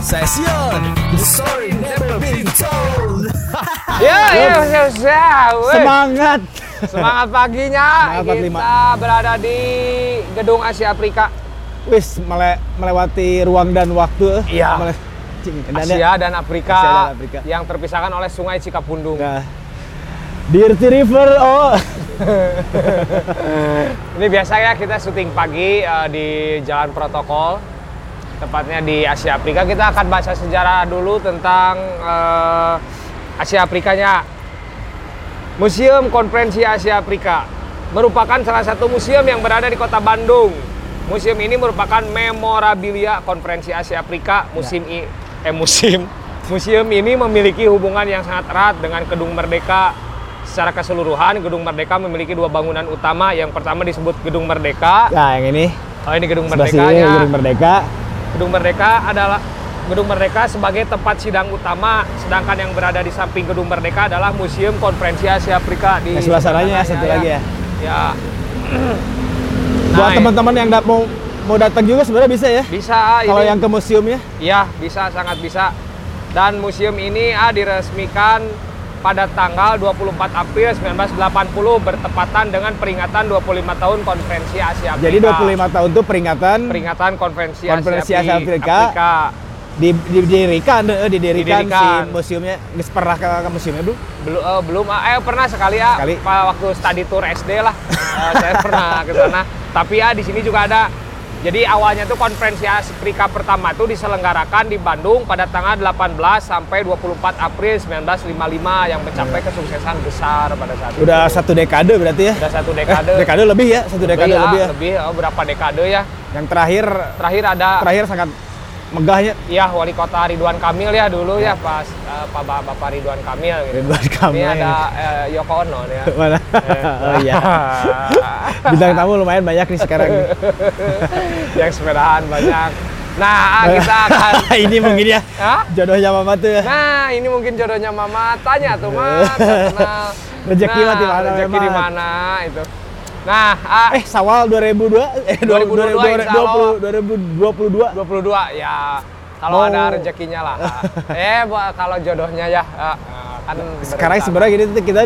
Session, the story never been told. Semangat. Semangat paginya. Semangat Kita berada di Gedung Asia Afrika. Wis melewati ruang dan waktu. Iya. Asia dan Afrika yang terpisahkan oleh Sungai Cikapundung. Nah, Dirty River. Oh. Ini biasa ya kita syuting pagi di Jalan Protokol. Tepatnya di Asia Afrika. Kita akan baca sejarah dulu tentang Asia Afrikanya. Museum Konferensi Asia Afrika merupakan salah satu museum yang berada di kota Bandung. Museum ini merupakan memorabilia Konferensi Asia Afrika. Museum ini memiliki hubungan yang sangat erat dengan Gedung Merdeka. Secara keseluruhan, Gedung Merdeka memiliki dua bangunan utama. Yang pertama disebut Gedung Merdeka. Nah, yang ini. Oh, ini Gedung Merdeka. Merdekanya. Gedung Merdeka. Gedung Merdeka adalah Gedung Merdeka sebagai tempat sidang utama, sedangkan yang berada di samping Gedung Merdeka adalah Museum Konferensi Asia Afrika di sebelah sananya satu lagi ya. Ya. Buat teman-teman yang mau datang juga sebenarnya bisa ya? Bisa. Kalau yang ke museumnya? Iya, bisa, sangat bisa. Dan museum ini diresmikan pada tanggal 24 April 1980 bertepatan dengan peringatan 25 tahun Konferensi Asia Afrika. Jadi 25 tahun itu peringatan Konferensi Asia Afrika. Didirikan si museumnya. Nggak pernah ke museumnya belum. Pernah sekali ya. Waktu study tour SD lah. Saya pernah ke sana. Tapi ya di sini juga ada. Jadi awalnya tuh Konferensi Afrika pertama tuh diselenggarakan di Bandung pada tanggal 18 sampai 24 April 1955 yang mencapai kesuksesan besar pada saat itu. Udah satu dekade berarti ya? Udah satu dekade. Dekade lebih ya? Satu dekade lebih ya? Lebih, berapa dekade ya? Yang terakhir sangat megahnya. Iya, Wali Kota Ridwan Kamil ya dulu ya pas Bapak Ridwan Kamil gitu. Ridwan Kamil. Ini ada Yoko Ono ya. Mana? Oh iya. Bintang tamu lumayan banyak nih sekarang. Yang sepedahan banyak. Nah, kita akan ini mungkin ya. Jodohnya Mama tuh ya. Nah, ini mungkin jodohnya Mama. Tanya tuh, Mas. Kenal. Rezeki mati mana? Rezeki di mana itu. Nah, Syawal 2022 ya kalau ada rezekinya lah. Kalau jodohnya ya kan sekarang sebenarnya gini kita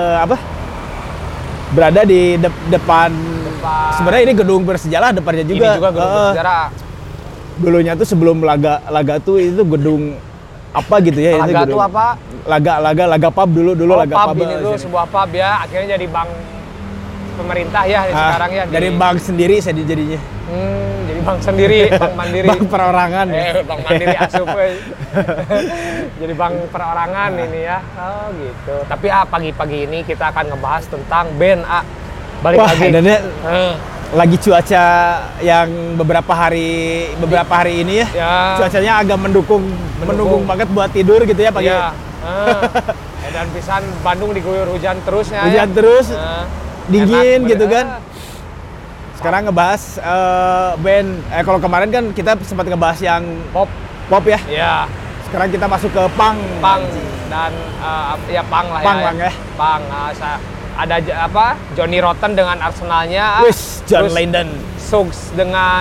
berada di depan. Sebenarnya ini gedung bersejarah depannya juga. Ini juga gedung bersejarah. Dulunya tuh sebelum laga tuh itu gedung apa gitu ya? Laga tuh apa? Laga pub dulu laga pub. Ini tuh sebuah pub ya, akhirnya jadi bank pemerintah ya sekarang ya. Dari bank sendiri saya jadinya. Jadi bank sendiri, bank mandiri. Bank perorangan. Bank mandiri asup. Jadi bank perorangan ini ya. Oh gitu. Tapi pagi-pagi ini kita akan ngebahas tentang band Balik lagi. Lagi cuaca yang beberapa hari ini ya. Cuacanya agak mendukung banget buat tidur gitu ya pagi. Iya. Dan pisan Bandung diguyur hujan terus ya. Hujan terus. Dingin gitu kan. Sekarang ngebahas band. Kalau kemarin kan kita sempat ngebahas yang pop ya. Iya. Sekarang kita masuk ke punk dan punk lah ya. Punk. Ada Johnny Rotten dengan Arsenalnya. John Lennon. Suggs dengan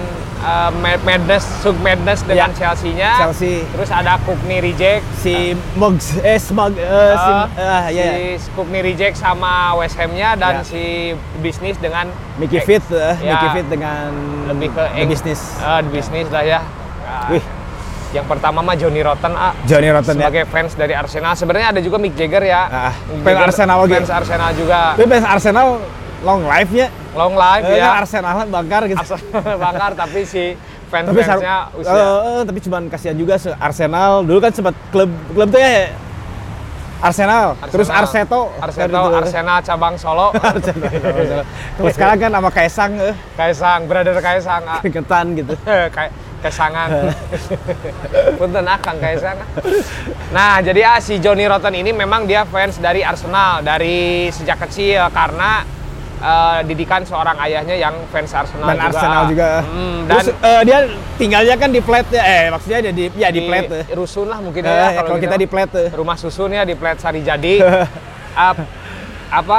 Sug Madness dengan Chelsea-nya. Terus ada Courtney Reject. Si Courtney Reject sama West Ham-nya dan si Business dengan Mickey Fit dengan lebih ke bisnis. Bisnis lah ya. Yang pertama mah Johnny Rotten sebagai fans dari Arsenal. Sebenarnya ada juga Mick Jagger ya. Fans Arsenal juga. Tapi fans Arsenal long life-nya. Long life ya. Arsenal bangkar gitu. Bangkar tapi si fans-fansnya usia. Tapi cuman kasihan juga Arsenal. Dulu kan sempat klub tuh ya Arsenal. Terus Arsenal cabang Solo. Terus sekarang kan sama Kaisang, brother Kaisang. Ketan gitu. Kesangan. Punten Kang Kaisang. Nah, jadi si Johnny Rotten ini memang dia fans dari Arsenal dari sejak kecil karena didikan seorang ayahnya yang fans Arsenal dan juga. Arsenal juga. Terus dia tinggalnya kan di Flat maksudnya di Flat. Rusun lah mungkin ya kalau kita di Flat. Rumah susun ya di Flat Sarijadi.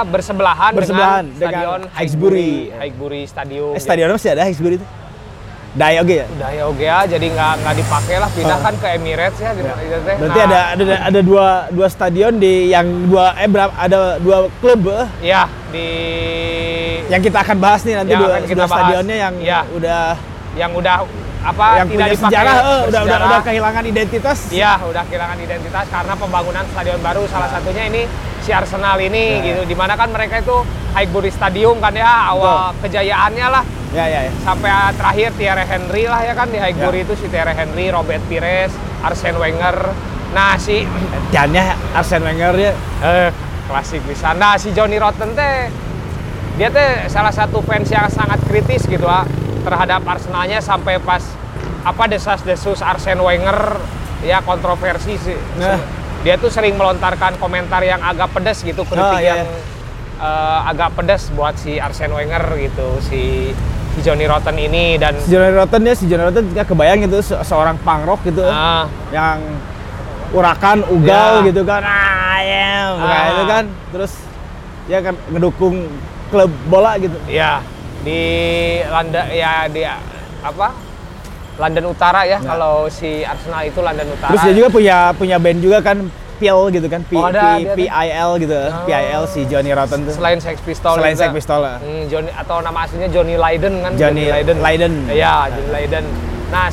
bersebelahan dengan Stadion Highbury Stadium. Stadion masih ada Highbury itu? Die oke ya? Die oke ya, jadi nggak dipakai lah, pindah kan ke Emirates ya gitu. Berarti ada dua stadion di yang ada dua klub ya di yang kita akan bahas nih nanti dua stadionnya yang udah apa yang tidak punya dipakai sejarah, udah kehilangan identitas. Iya, udah kehilangan identitas karena pembangunan stadion baru, salah satunya ini si Arsenal ini gitu, dimana kan mereka itu Highbury Stadium kan ya, awal kejayaannya lah. Ya. Sampai terakhir Thierry Henry lah ya kan di Highbury itu, si Thierry Henry, Robert Pires, Arsene Wenger. Nah si Jannya Arsene Wenger ya. Klasik bisa. Nah si Johnny Rotten teh, dia teh salah satu fans yang sangat kritis gitu terhadap Arsenalnya, sampai pas desas-desus Arsene Wenger ya kontroversi sih. Dia tuh sering melontarkan komentar yang agak pedas gitu, kritik yang agak pedas buat si Arsene Wenger gitu, si Johnny Rotten ini. Dan si Johnny Rotten nggak kebayang gitu seorang punk rock gitu yang urakan ugal gitu kan, kayak itu kan, terus dia kan ngedukung klub bola gitu. Ya di London ya, London Utara ya. Kalau si Arsenal itu London Utara. Terus dia juga punya band juga kan, PIL gitu kan, PIL gitu. PIL si Johnny Rotten tuh. Selain Sex Pistols. Johnny, atau nama aslinya Johnny Lydon kan. Johnny Lydon. Iya, Johnny Lydon. Nah,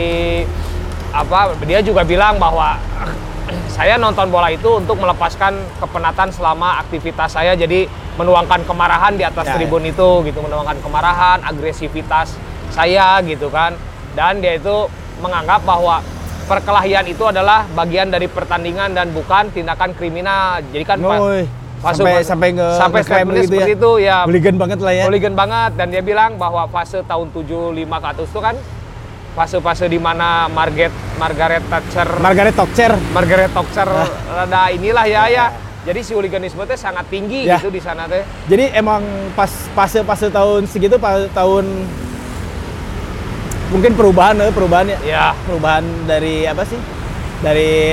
dia juga bilang bahwa saya nonton bola itu untuk melepaskan kepenatan selama aktivitas saya, jadi menuangkan kemarahan di atas tribun itu gitu, menuangkan kemarahan, agresivitas saya gitu kan. Dan dia itu menganggap bahwa perkelahian itu adalah bagian dari pertandingan dan bukan tindakan kriminal. Jadi kan sampai statement gitu seperti itu ya. Hooligan banget lah ya. Hooligan banget. Dan dia bilang bahwa fase tahun 75 ke atas itu kan fase-fase di mana Margaret Thatcher rada inilah ya. Jadi si hooliganisme teh sangat tinggi gitu di sana teh. Jadi emang pas fase tahun segitu, tahun mungkin perubahan ya. Perubahan dari apa sih? Dari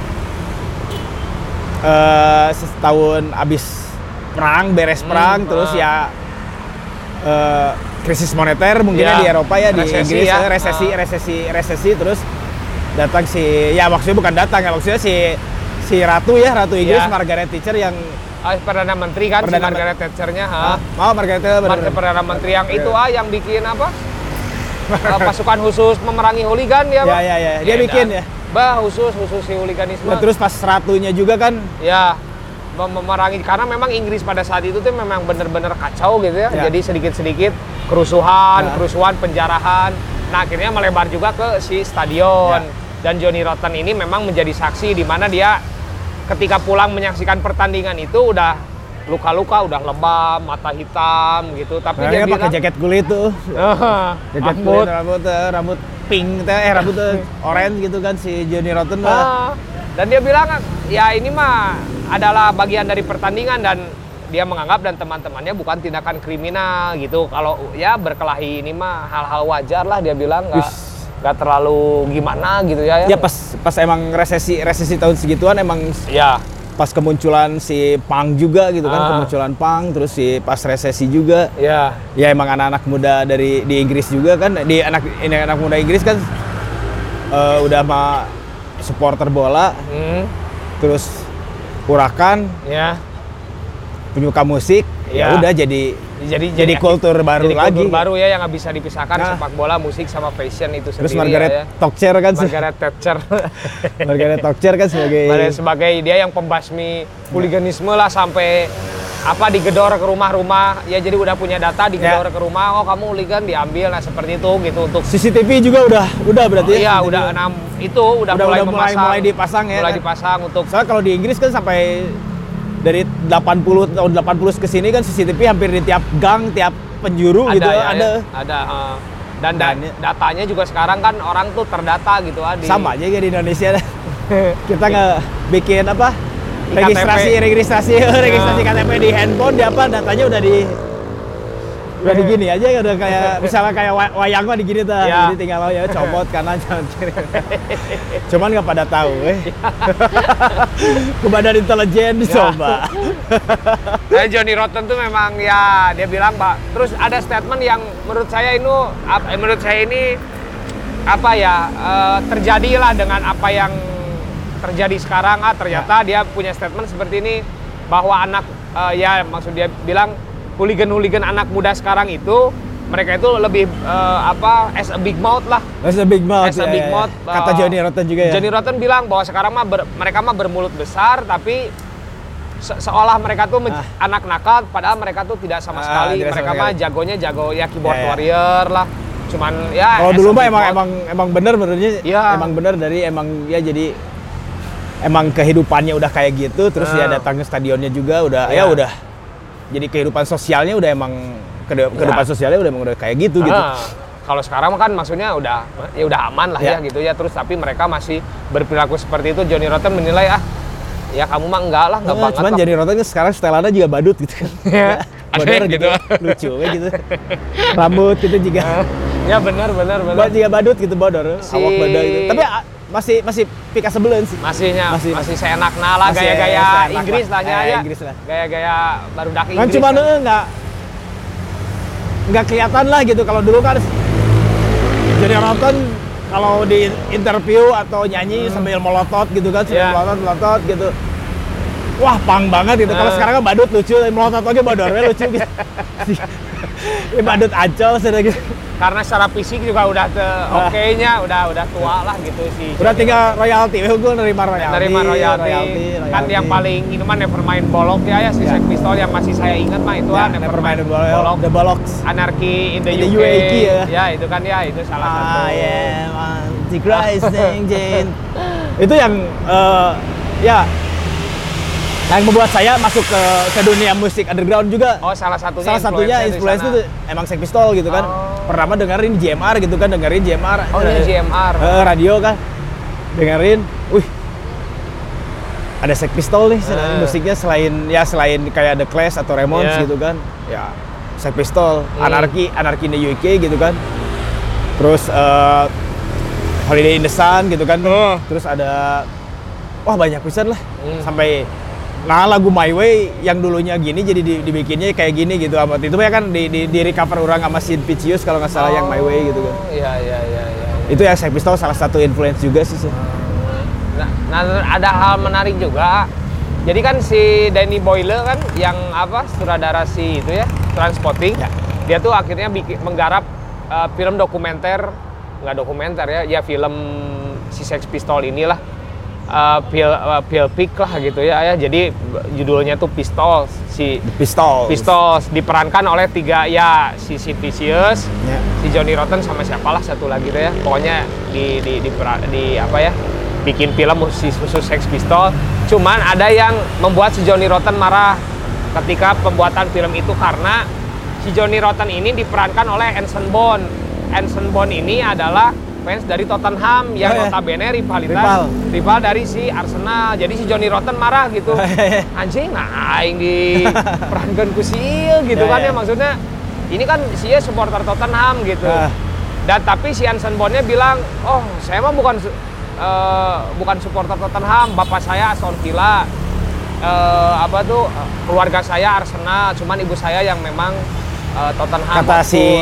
setahun abis perang, beres perang, terus ya krisis moneter mungkinnya di Eropa ya, di Inggris ya. resesi, terus datang maksudnya bukan datang ya, maksudnya si Ratu Inggris, Margaret Thatcher yang Perdana Menteri kan, si Margaret Thatcher-nya. Margaret Thatcher Perdana Menteri yang itu yang bikin apa? Pasukan khusus memerangi hooligan ya, Pak? Ya. Dia bikin ya. Khusus si hooliganisme. Nah, terus pas Ratunya juga kan? Ya, memerangi, karena memang Inggris pada saat itu tuh memang bener-bener kacau gitu ya. Jadi sedikit-sedikit kerusuhan, penjarahan. Nah, akhirnya melebar juga ke si stadion. Dan Johnny Rotten ini memang menjadi saksi di mana dia ketika pulang menyaksikan pertandingan itu udah luka-luka, udah lebam, mata hitam gitu. Tapi dia bilang pakai jaket kulit tuh. Jaket kulit, rambut pink, rambut orange gitu kan si Johnny Rotten. Dan dia bilang ya ini mah adalah bagian dari pertandingan, dan dia menganggap dan teman-temannya bukan tindakan kriminal gitu. Kalau ya berkelahi ini mah hal-hal wajar lah, dia bilang, nggak terlalu gimana gitu ya. Ya pas emang resesi tahun segituan emang ya. Pas kemunculan si punk juga gitu kan, kemunculan punk, terus pas resesi juga. Ya emang anak-anak muda di Inggris juga kan, anak muda Inggris kan udah mah supporter bola, terus urakan, penyuka musik, ya udah jadi kultur baru lagi. Kultur baru ya yang nggak bisa dipisahkan, sepak bola, musik sama fashion itu sendiri. Terus Margaret Thatcher kan, Margaret Thatcher kan sebagai dia yang pembasmi hooliganisme lah, sampai digedor ke rumah-rumah ya, jadi udah punya data, digedor ke rumah, kamu hooligan, diambil, nah seperti itu gitu. Untuk CCTV juga udah berarti ya. Iya, udah mulai dipasang ya. Mulai dipasang untuk. Soalnya kalau di Inggris kan sampai dari tahun 80 ke sini kan CCTV hampir di tiap gang, tiap penjuru gitu ada. Dan datanya juga sekarang kan orang tuh terdata gitu sama aja kayak di Indonesia. Kita nggak bikin registrasi KTP di handphone, datanya udah Udah digini aja udah kayak misalnya kayak wayang mah digini tuh. Ya. Jadi tinggal ya comot kanan kanan kiri. Cuman nggak pada tahu ke badan intelijen dicoba. Nah, Johnny Rotten tuh memang ya dia bilang, Pak. Terus ada statement yang menurut saya ini apa ya terjadilah dengan apa yang terjadi sekarang. Ternyata dia punya statement seperti ini bahwa anak ya maksud dia bilang hooligan anak muda sekarang itu mereka itu lebih as a big mouth lah. As a big mouth. As a big mouth. Kata Johnny Rotten juga ya. Johnny Rotten bilang bahwa sekarang mah mereka mah bermulut besar tapi seolah mereka tuh anak nakal padahal mereka tuh tidak sama sekali. Mereka mah jagonya jago ya keyboard warrior lah. Cuman ya kalau dulu mah emang bener menurutnya emang bener dari emang ya jadi emang kehidupannya udah kayak gitu terus dia datang ke stadionnya juga udah udah jadi kehidupan sosialnya udah emang kehidupan sosialnya udah kayak gitu gitu. Kalau sekarang kan maksudnya udah aman lah ya gitu ya terus tapi mereka masih berperilaku seperti itu. Johnny Rotten menilai ya kamu mah enggak banget. Cuman Johnny Rotten sekarang setelannya juga badut gitu kan. Bodor gitu. Lucu gitu. Rambut gitu juga. Ya benar. Buat juga badut gitu bodor. Awak badut gitu. Tapi masih pika sebelen sih. Masih seenaknya lah gaya-gaya Inggris lah ya. Gaya-gaya baru dak Inggris. Kan cuma nggak kelihatan lah gitu kalau dulu kan Johnny Rotten kalau di interview atau nyanyi sambil melotot gitu kan, melotot gitu. Wah, pang banget gitu. Kalau sekarang kan badut lucu, melotot aja bodornya lucu gitu. Ini badut ancol sudah gitu. Karena secara fisik juga udah oke-nya, udah tua lah gitu sih. Udah tinggal royalti, gue nerima royalti. Kan yang paling minuman Nevermind Bolok ya si Sex Pistol yang masih saya ingat mah itu Nevermind Bolok. The Bollocks. Anarchy in the UK. Ya itu kan ya itu salah satu. I am Antichrist Jane. Itu yang yang membuat saya masuk ke dunia musik underground juga. Oh, salah satunya influence itu emang Sex Pistol gitu kan. Pertama dengerin JMR gitu kan, JMR. Oh, ini JMR. Radio kan. Dengerin, ada Sex Pistol nih, musiknya selain kayak The Clash atau Ramones gitu kan. Ya, Sex Pistol, Anarchy in the UK gitu kan. Terus Holiday in the Sun gitu kan. Terus ada banyak pisan lah. Sampai lagu My Way yang dulunya gini jadi dibikinnya kayak gini gitu amat. Itu ya kan di recover orang sama Sid Vicious kalau nggak salah yang My Way gitu kan. Iya. Itu ya Sex Pistol salah satu influence juga sih. Nah, ada hal menarik juga. Jadi kan si Danny Boyle kan yang sutradara si itu ya, Trainspotting. Ya. Dia tuh akhirnya menggarap film dokumenter, nggak dokumenter ya film si Sex Pistol inilah. Pale Pig lah gitu ya. Jadi judulnya tuh Pistols. Pistols diperankan oleh si Sid Vicious, si Johnny Rotten sama siapalah satu lagi tuh ya. Pokoknya bikin film khusus Sex Pistol. Cuman ada yang membuat si Johnny Rotten marah ketika pembuatan film itu karena si Johnny Rotten ini diperankan oleh Anson Bond. Anson Bond ini adalah fans dari Tottenham yang notabene rival dari si Arsenal. Jadi si Johnny Rotten marah gitu. Anjing aing diperankan ku sieu gitu kan ya maksudnya. Ini kan dia supporter Tottenham gitu. Dan tapi si Anson Bondnya bilang, "Oh, saya mah bukan supporter Tottenham, bapak saya Aston Villa. Keluarga saya Arsenal, cuman ibu saya yang memang Tottenham." Kata si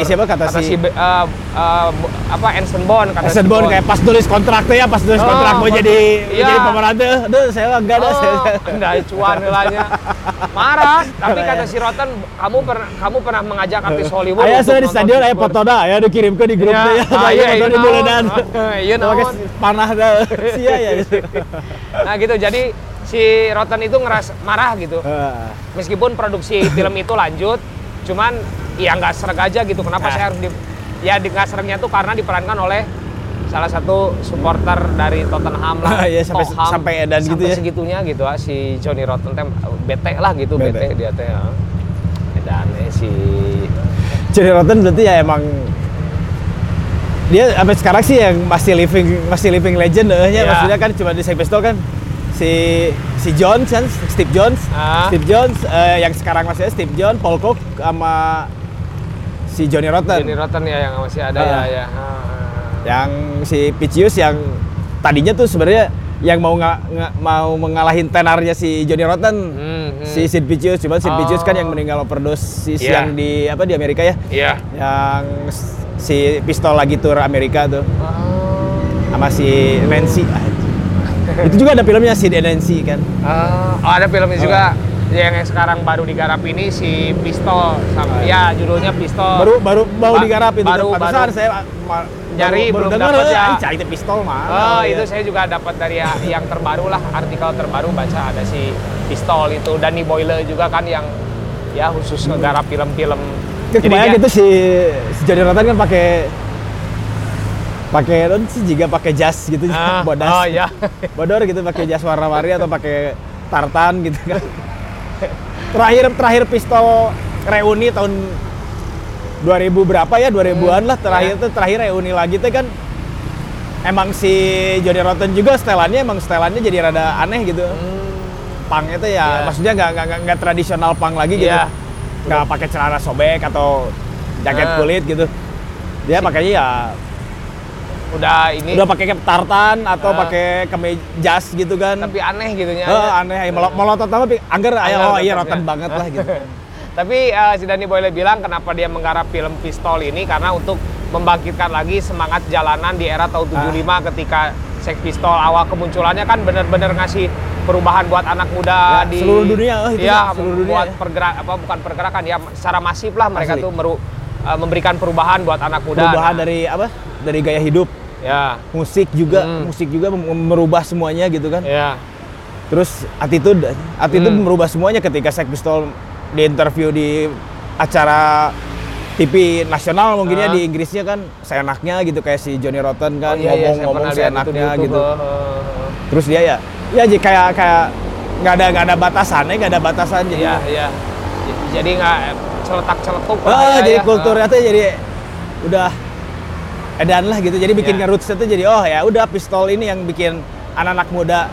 Anson Bond kayak pas tulis kontraknya mau jadi pemeran tuh. Aduh, saya enggak ada. Enggak cuan nilainya. Marah, tapi kata si Rotten, kamu pernah mengajak artis Hollywood untuk nonton di stadion fotoda ya dikirim ke di grup teh ya. Foto di bulanan. Iya naon. Panah dah. Sia ya. Nah gitu, jadi si Rotten itu marah gitu. Meskipun produksi film itu lanjut, cuman ya nggak sereg aja gitu. Kenapa saya harus nggak seregnya tuh karena diperankan oleh salah satu supporter dari Tottenham lah. Sampai edan gitu ya. Sampai segitunya gitu si Johnny Rotten teh bete lah gitu, bete dia teh. Dan si Johnny Rotten berarti ya emang dia sampai sekarang sih yang masih living legend ya. Maksudnya kan cuma di Sex Pistol kan si Jones kan, Steve Jones yang sekarang masih Steve Jones, Paul Cook sama si Johnny Rotten. Johnny Rotten ya yang masih ada ya. Yang si Picius yang tadinya tuh sebenarnya yang mau mau mengalahin tenarnya si Johnny Rotten, si Sid Vicious, cuman Sid Vicious kan yang meninggal overdosis yang di Amerika ya, yang si Pistol lagi tour Amerika tuh, sama si Nancy, itu juga ada filmnya si Nancy kan, ada filmnya juga. Yang sekarang baru digarap ini si Pistol, ya judulnya Pistol. Baru digarap itu. Pantesan saya nyari baru belum dengar dapat ya. Cari Pistol mah. Itu saya juga dapat dari yang terbaru lah, artikel terbaru baca ada si Pistol itu. Danny Boyle juga kan yang ya khusus ngegarap film-film. Kebayang gitu si Johnny Rotten kan pakai sih juga pakai jas gitu, bodas. Bodor gitu pakai jas warna-warni atau pakai tartan gitu kan. Terakhir Pistol reuni tahun 2000 berapa ya, 2000-an lah terakhir reuni lagi tuh kan emang si Johnny Rotten juga setelannya jadi rada aneh gitu. Punknya tuh ya maksudnya nggak tradisional punk lagi gitu. Nggak pakai celana sobek atau jaket kulit gitu. Dia pakainya ya udah pakai tartan atau pakai kemejas gitu kan. Tapi aneh gitu ya. Aneh, melotot tapi angger Rotten banget lah gitu. Tapi si Danny Boyle bilang kenapa dia menggarap film Pistol ini karena untuk membangkitkan lagi semangat jalanan di era tahun 75 ketika Sex Pistol awal kemunculannya kan benar-benar ngasih perubahan buat anak muda di seluruh dunia. Seluruh dunia. Bukan pergerakan ya, secara masif lah mereka tuh memberikan perubahan buat anak muda. Perubahan dari gaya hidup. Ya. Musik juga merubah semuanya gitu kan. Ya. Terus attitude merubah semuanya ketika Sex Pistol di interview di acara TV nasional mungkin ya di Inggrisnya kan seenaknya gitu kayak si Johnny Rotten kan ngomong seenaknya gitu. Terus dia kayak nggak ada batasan jadi. Iya. Jadi nggak celetak-celetuk. Jadi kulturnya tuh jadi udah edan lah gitu. Jadi bikin roots itu jadi ya udah Pistol ini yang bikin anak-anak muda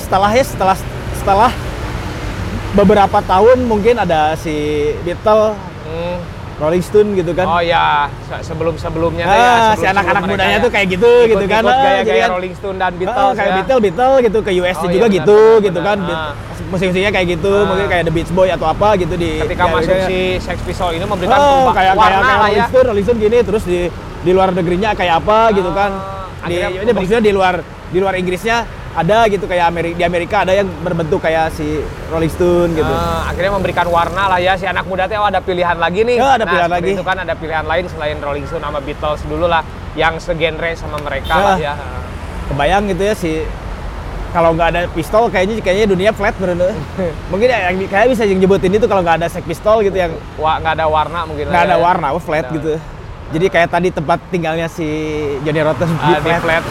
setelah beberapa tahun mungkin ada si Beatles, Rolling Stone gitu kan. Sebelumnya si anak-anak mudanya tuh kayak gitu kan. Gaya-gaya Rolling Stone dan Beatles kayak Beatles gitu ke US juga gitu kan. Musik-musiknya kayak gitu, mungkin kayak The Beach Boy atau apa gitu ketika masuk si Sex Pistol ini memberikan kayak warna lah ya. Rolling Stone gini terus di luar negerinya kayak apa gitu kan. Ini maksudnya di luar Inggrisnya ada gitu kayak di Amerika ada yang berbentuk kayak si Rolling Stone gitu. Akhirnya memberikan warna lah ya si anak muda teh ada pilihan lagi nih. Ada pilihan lagi. Itu kan ada pilihan lain selain Rolling Stone sama Beatles dulu lah yang segenre sama mereka lah ya. Kebayang gitu ya si kalau nggak ada Pistol kayaknya dunia flat bener. Mungkin kayak bisa nyebutin itu kalau nggak ada Sex Pistol gitu yang nggak ada warna mungkin. Nggak ada warna, flat gitu. Jadi kayak tadi tempat tinggalnya si Johnny Rotten di flat.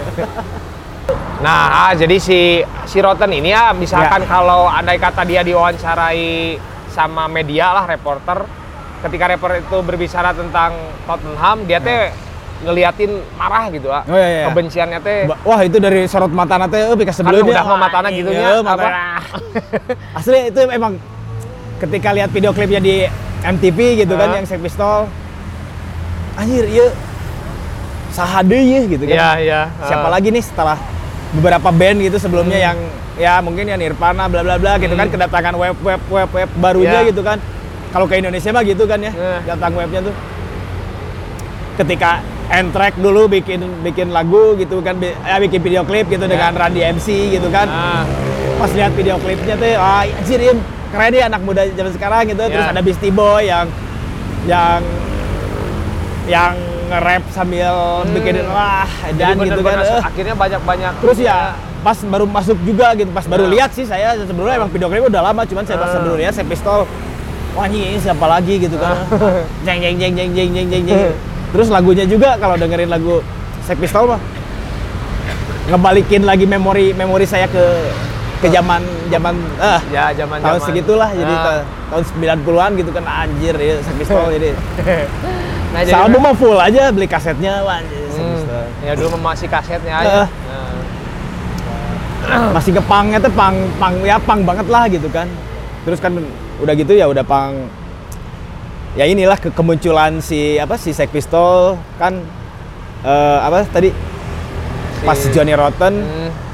Nah, jadi si Rotten ini ya misalkan kalau andai kata dia diwawancarai sama media lah, reporter, ketika reporter itu berbicara tentang Tottenham, dia teh ngeliatin marah gitu lah. Kebenciannya teh. Wah, itu dari sorot matana teh pika sebelumnya. Udah matana gitu nya. Asli itu emang ketika lihat video klipnya di MTV gitu kan yang Sex Pistol. Anjir, saha deui gitu kan. Iya. Siapa lagi nih setelah beberapa band gitu sebelumnya yang ya mungkin ya Nirvana bla bla bla gitu kan kedatangan web barunya gitu kan. Kalau ke Indonesia mah gitu kan ya. Datang webnya tuh. Ketika N-Track dulu bikin lagu gitu kan bikin video klip gitu dengan Randy MC gitu kan. Pas lihat video klipnya tuh anjir keren ya anak muda zaman sekarang gitu. Terus ada Beastie Boy yang nge-rap sambil bikin dan gitu kan. Akhirnya banyak. Terus ya pas baru masuk juga gitu, pas baru lihat sih saya sebelumnya emang video klipnya udah lama, cuman saya pas baru lihat Sex Pistol, wah ini siapa lagi gitu kan. Jeng. Terus lagunya juga kalau dengerin lagu Sex Pistol mah ngebalikin lagi memori saya ke zaman tahun segitulah. Jadi tahun 90-an gitu kan anjir ya Sex Pistol jadi. Nah, album mah full aja beli kasetnya ya dulu masih kasetnya aja. Masih ke punk-nya tuh punk banget lah gitu kan. Terus kan udah gitu ya udah punk ya inilah kemunculan si Sex Pistol kan apa tadi pas Johnny Rotten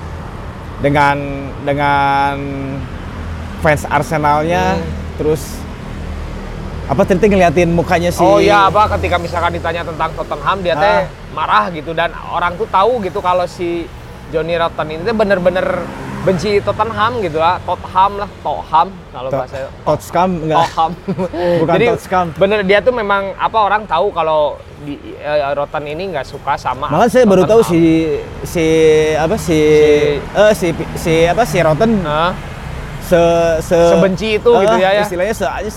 dengan fans Arsenalnya terus apa tadi ngeliatin mukanya si oh iya apa ketika misalkan ditanya tentang Tottenham dia teh marah gitu dan orang tuh tahu gitu kalau si Johnny Rotten ini tuh bener-bener benci Tottenham gitu lah, Tottenham kalau bahasa Tottenham enggak. Tottenham. Bukan Jadi Tottenham. bener dia tuh memang apa orang tahu kalau di Rotten ini nggak suka sama. Malah saya baru tahu si Rotten sebenci itu gitu ya. Istilahnya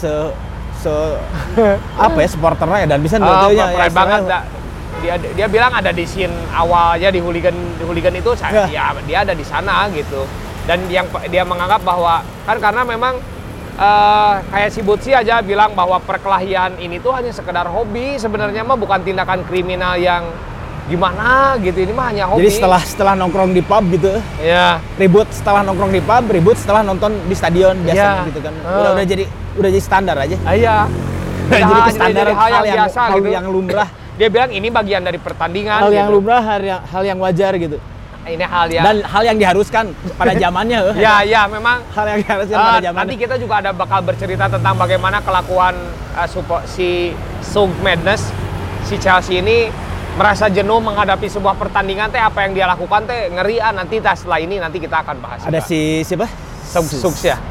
apa ya supporternya dan bisa ya banget dia bilang ada di scene awalnya di hooligan itu ya dia ada di sana gitu dan yang dia menganggap bahwa kan karena memang kayak si Butsi aja bilang bahwa perkelahian ini tuh hanya sekedar hobi sebenarnya mah bukan tindakan kriminal yang gimana gitu ini mah hanya hobi. Jadi setelah nongkrong di pub gitu ya ribut setelah nongkrong di pub ribut setelah nonton di stadion biasanya gitu kan udah jadi standar aja iya jadi standar hal yang biasa hal gitu yang lumrah. Dia bilang ini bagian dari pertandingan hal yang gitu. lumrah hal yang wajar gitu ini hal yang dan hal yang diharuskan pada zamannya ya memang hal yang diharuskan pada zamannya. Nanti kita juga ada bakal bercerita tentang bagaimana kelakuan si Sug Madness si Chelsea ini merasa jenuh menghadapi sebuah pertandingan teh apa yang dia lakukan teh ngerian nanti setelah ini nanti kita akan bahas ada juga. siapa Sug ya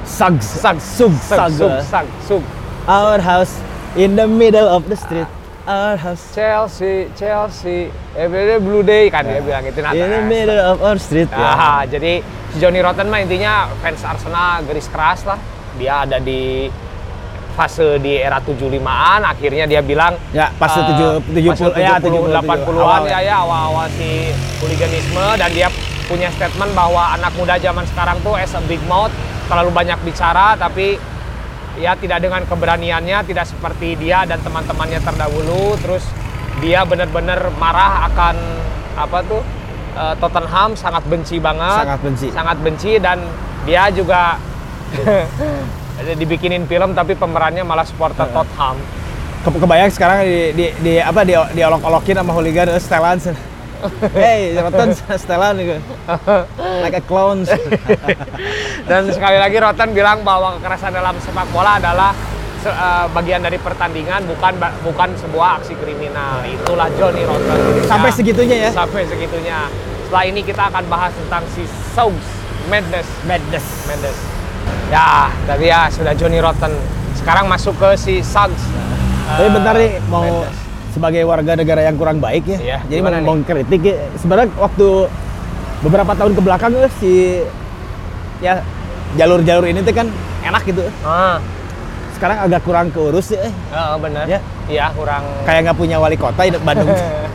Sug our house in the middle of the street our house Chelsea every blue day kan dia bilang itu in the middle of our street jadi si Johnny Rotten mah intinya fans Arsenal garis keras lah dia ada di fase di era 75-an akhirnya dia bilang ya pas 80-an ya awal-awal si hooliganisme dan dia punya statement bahwa anak muda zaman sekarang tuh as a big mouth terlalu banyak bicara tapi ya tidak dengan keberaniannya tidak seperti dia dan teman-temannya terdahulu terus dia benar-benar marah akan Tottenham sangat benci dan dia juga dibikinin film tapi pemerannya malah supporter Tottenham. Kebayang sekarang diolok-olokin sama hooligan Stellan. Hey, Rotten Stellan gitu. Like a clown. Dan sekali lagi Rotten bilang bahwa kekerasan dalam sepak bola adalah bagian dari pertandingan bukan sebuah aksi kriminal. Itulah Johnny Rotten. Sampai segitunya ya. Sampai segitunya. Setelah ini kita akan bahas tentang si Sug Madness. Ya, tadi ya sudah Johnny Rotten. Sekarang masuk ke si Suggs. Tapi bentar nih mau sebagai warga negara yang kurang baik ya. Iya, jadi mau kritik ya. Sebenarnya waktu beberapa tahun ke belakang si ya jalur-jalur ini tuh kan enak gitu. Sekarang agak kurang keurus ya. Benar. Ya. Iya, kurang kayak nggak punya wali kota di Bandung.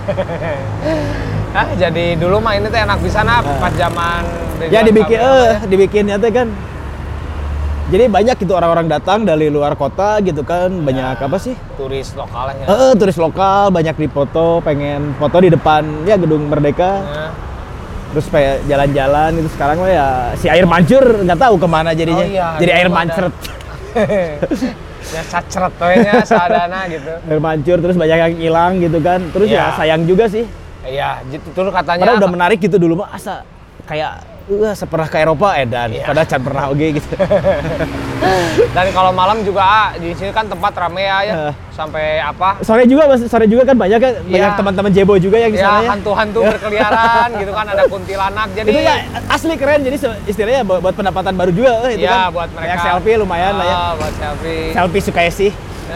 Jadi dulu mah ini tuh enak di sana pas zaman ya dibikinnya tuh kan. Jadi banyak gitu orang-orang datang dari luar kota gitu kan, banyak apa sih? Turis lokalnya. Turis lokal banyak dipoto, pengen foto di depan ya Gedung Merdeka. Terus kayak jalan-jalan itu sekarang mah ya si air mancur nggak tahu kemana jadinya. Jadi air mancret. Ya sacret nya sadana gitu. Air mancur terus banyak yang hilang gitu kan. Terus ya sayang juga sih. Iya, itu katanya. Padahal udah menarik gitu dulu mah asa kayak pernah ke Eropa padahal can pernah gitu. Dan kalau malam juga di sini kan tempat rame ya. Sampai apa? Sore juga kan banyak teman-teman Jebo juga yang di sana ya. Hantu-hantu berkeliaran gitu kan ada kuntilanak. Jadi itu ya asli keren jadi istilahnya buat pendapatan baru juga itu kan. Buat mereka. Kayak selfie lumayan lah ya. Buat selfie. Selfie Sukesi.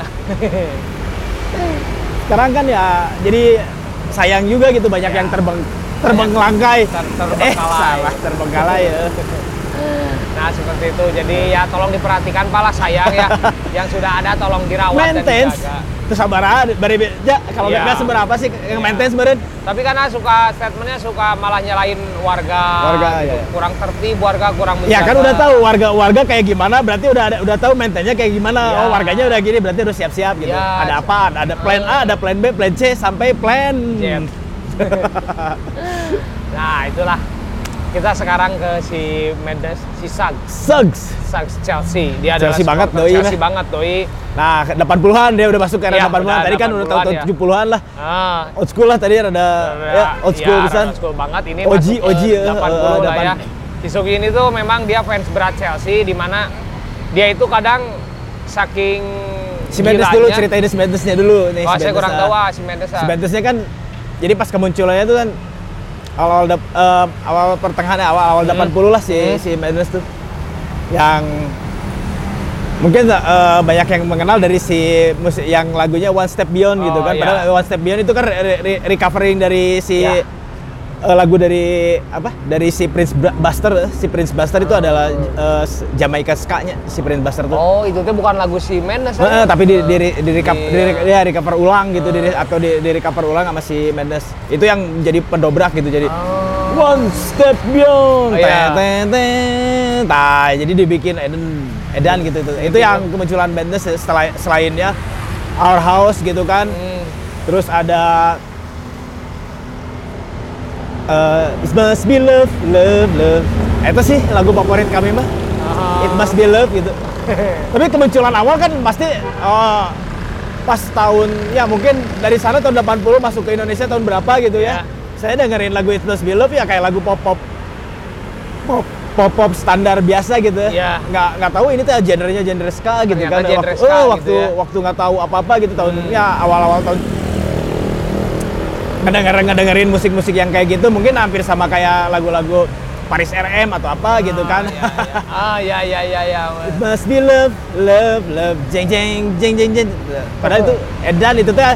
Sekarang kan ya jadi sayang juga gitu banyak yang terbengkalai. Terbengkalai ya. Nah seperti itu, jadi ya tolong diperhatikan pala sayang ya. Yang sudah ada tolong dirawat maintenance. Dan dijaga. Terus sabar kalau nggak seberapa sih yang maintenance beren. Tapi karena statementnya suka malah nyalain warga gitu. Kurang tertib, warga kurang menjaga. Ya kan udah tahu warga kayak gimana, berarti udah tahu maintenance-nya kayak gimana. Oh warganya udah gini, berarti harus siap-siap gitu. Ada apa? Ada plan A, ada plan B, plan C, sampai plan Z. Nah itulah Kita sekarang ke si Mendes, si Suggs Chelsea. Dia adalah Chelsea banget doi. Chelsea banget doi. Nah, 80-an dia udah masuk ke era 80-an. Tadi kan udah tahun 70-an lah. Old school lah tadi rada old school pisan. Old school banget ini OG 80 lah ya. Si Suggs ini tuh memang dia fans berat Chelsea, di mana dia itu kadang saking si Mendes dulu, ceritain si Mendesnya dulu nih. Saya kurang tahu si Mendes. Si Mendesnya kan jadi pas kemunculannya tuh kan awal pertengahan awal 80 lah si Mendes tuh yang mungkin banyak yang mengenal dari si musik yang lagunya One Step Beyond gitu kan. Padahal One Step Beyond itu kan recovering dari si lagu dari dari si Prince Buster. Si Prince Buster itu adalah Jamaica ska-nya si Prince Buster tuh. Oh, itu tuh bukan lagu si Mendes. Tapi di cover ulang gitu atau di recover ulang sama si Mendes. Itu yang jadi pendobrak gitu, jadi One Step Beyond. Jadi dibikin edan gitu tuh. Itu yang kemunculan Mendes selainnya Our House gitu kan. Terus ada It Must Be Love. Itu sih lagu favorit kami mah. It Must Be Love gitu. Tapi kemunculan awal kan pasti pas tahun ya mungkin dari sana tahun 80 masuk ke Indonesia tahun berapa gitu ya. Saya dengerin lagu It Must Be Love ya kayak lagu pop standar biasa gitu. Nggak tahu ini tuh genre ska gitu. Ternyata kan. Waktu nggak tahu apa-apa gitu tahunnya awal-awal tahun ngedengerin musik-musik yang kayak gitu mungkin hampir sama kayak lagu-lagu Paris RM atau apa gitu kan. Ya. It must be love, jeng. Padahal itu edan itu tuh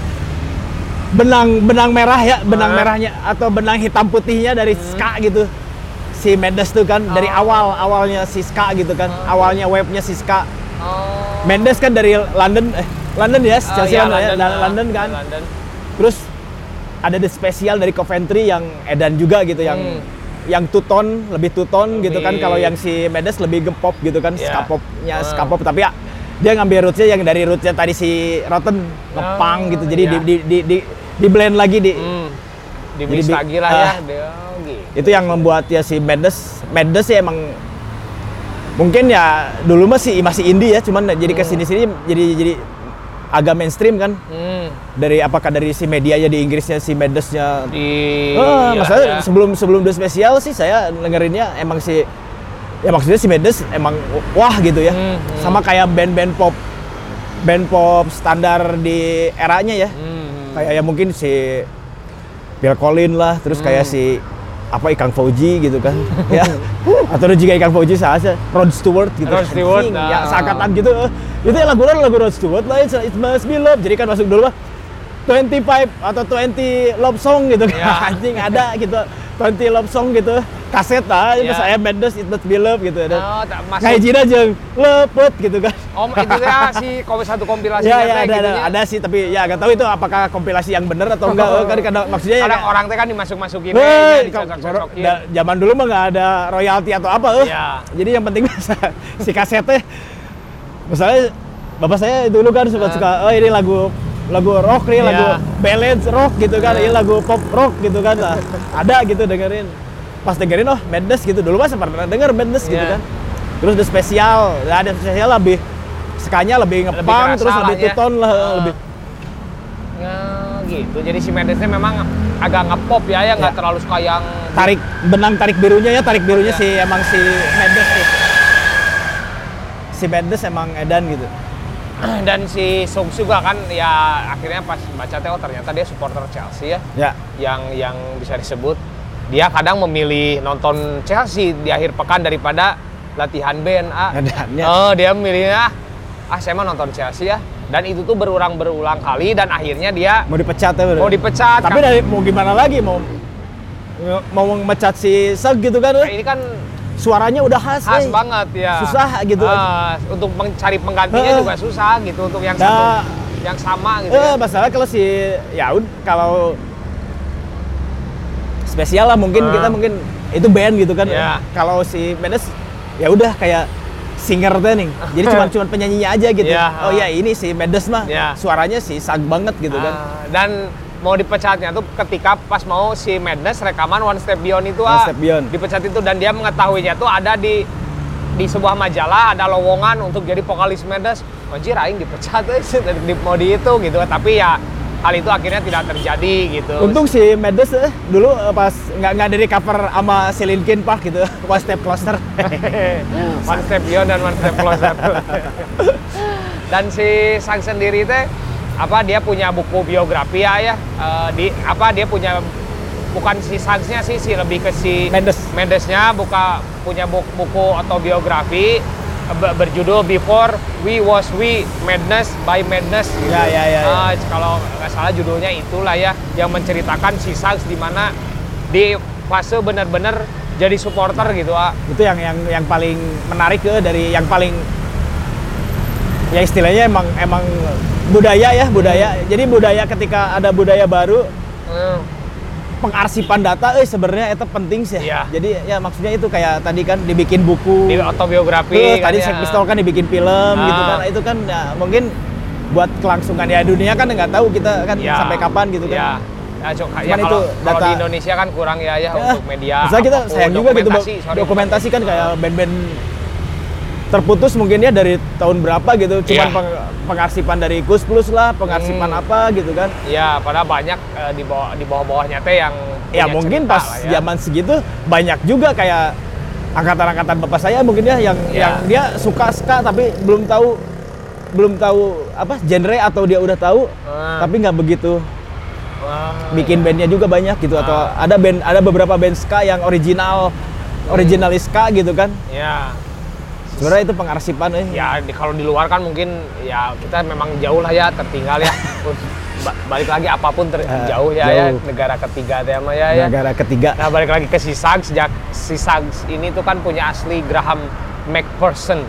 benang merah ya, benang merahnya atau benang hitam putihnya dari ska gitu. Si Mendes tuh kan dari awalnya si ska gitu kan. Awalnya webnya si ska. Mendes kan dari London ya, Chelsea London kan. Terus ada The Special dari Coventry yang edan juga gitu, yang lebih two-tone gitu kan. Kalau yang si Mendes lebih gepop gitu kan, ska pop, tapi ya dia ngambil rootsnya yang dari rootsnya tadi si Rotten ngepang gitu. Jadi di blend lagi di mix lagi lah ya. Itu yang membuat ya si Mendes ya emang mungkin ya dulu masih indie ya, cuman jadi kesini jadi agak mainstream kan. Apakah dari si medianya di Inggrisnya si Mendesnya maksudnya sebelum The Special sih saya dengerinnya emang maksudnya si Mendes emang wah gitu ya. Sama kayak band pop standar di eranya ya. Kayak ya mungkin si Phil Collins lah, terus kayak si Ikang Fauji gitu kan. Ya. Atau juga Ikang Fauji saja Rod Stewart gitu. Ya seangkatan gitu. Itu ya lagu Rod Stewart lah, It Must Be Love. Jadi kan masuk dulu mah 25 atau 20 love song gitu kan. Anjing ada gitu 20 love song gitu. Kaset lah, saya Mendes It Must Be Love gitu. Kayak Jina jeung lepet gitu kan. Itu ya si satu kompilasi ada sih, tapi ya nggak tahu itu apakah kompilasi yang bener atau enggak. Kan maksudnya ya orang teh kan dimasukin dicocok-cocokin. Zaman dulu mah nggak ada royalti atau apa Jadi yang penting si kasetnya misalnya bapak saya dulu kan suka ini lagu rock nih, lagu ballad rock gitu kan, ini lagu pop rock gitu kan. Ada gitu dengerin. Pas dengerin Mendes gitu. Dulu mah pernah denger Mendes gitu kan. Terus The Special, ada spesial lebih skanya lebih ngepang, terus lebih two-tone lah lebih. Gitu. Jadi si Mendesnya memang agak ngepop ya nggak terlalu suka yang tarik birunya si emang si Mendes sih. Si Mendes emang edan gitu. Dan si Suggs juga kan ya akhirnya pas baca ternyata dia supporter Chelsea ya. Yang bisa disebut dia kadang memilih nonton Chelsea di akhir pekan daripada latihan band. Dia memilihnya saya mah nonton Chelsea ya. Dan itu tuh berulang kali dan akhirnya dia mau dipecat. Tapi dari mau gimana lagi mau memecat si Suggs gitu kan. Ini kan suaranya udah khas banget ya. Susah gitu. Untuk mencari penggantinya juga susah gitu untuk yang satu yang sama gitu. Masalah kalau kalau spesial lah mungkin kita mungkin itu band gitu kan. Kalau si Mendes ya udah kayak singer teh nih. Jadi cuma penyanyinya aja gitu. Ini si Mendes mah suaranya si Suggs banget gitu kan. Dan mau dipecatnya tuh ketika pas mau si Madness rekaman One Step Beyond itu One Step Beyond. dipecat itu, dan dia mengetahuinya tuh ada di sebuah majalah ada lowongan untuk jadi vokalis Madness. Anjir aing dipecat mau di itu gitu, tapi ya hal itu akhirnya tidak terjadi gitu. Untung si Madness dulu pas nggak dari cover sama si Linkin Park gitu, One Step Closer. One Step Beyond dan One Step Closer. Dan si Sang sendiri teh dia punya buku biografi ya. Dia punya, bukan si Sangsnya sih lebih ke si Madness-nya punya buku autobiografi berjudul Before We Was We, Madness by Madness gitu. Ya. Kalau nggak salah judulnya itulah ya, yang menceritakan si Sangs di mana di fase benar-benar jadi supporter gitu. Itu yang paling menarik dari yang paling ya istilahnya emang budaya. Jadi budaya, ketika ada budaya baru, pengarsipan data sebenarnya itu penting sih. Iya. Jadi ya maksudnya itu kayak tadi kan dibikin buku, di autobiografi tadi Sex Pistols kan dibikin film gitu kan. Itu kan ya, mungkin buat kelangsungan ya dunia kan nggak tahu kita kan sampai kapan gitu kan. Ya kalau di Indonesia kan kurang ya untuk media. Misalnya kita sayang juga gitu dokumentasi kan kayak band-band terputus mungkin ya dari tahun berapa gitu, cuman pengarsipan dari Kus Plus lah, pengarsipan apa gitu kan. Iya, padahal banyak di bawah-bawahnya teh yang ya mungkin pas zaman segitu banyak juga kayak angkatan-angkatan bapak saya mungkin ya yang dia suka ska tapi belum tahu apa genre, atau dia udah tahu tapi nggak begitu bikin bandnya juga banyak gitu, atau ada beberapa band ska yang originalis ska gitu kan. Iya. Sebenarnya itu pengarsipan ya. Kalau di luar kan mungkin ya kita memang jauh lah ya, tertinggal ya. Balik lagi apapun jauh ya, negara ketiga ya. Negara ketiga. Nah, balik lagi ke si Sangs. Si Sangs ini tuh kan punya asli Graham McPherson.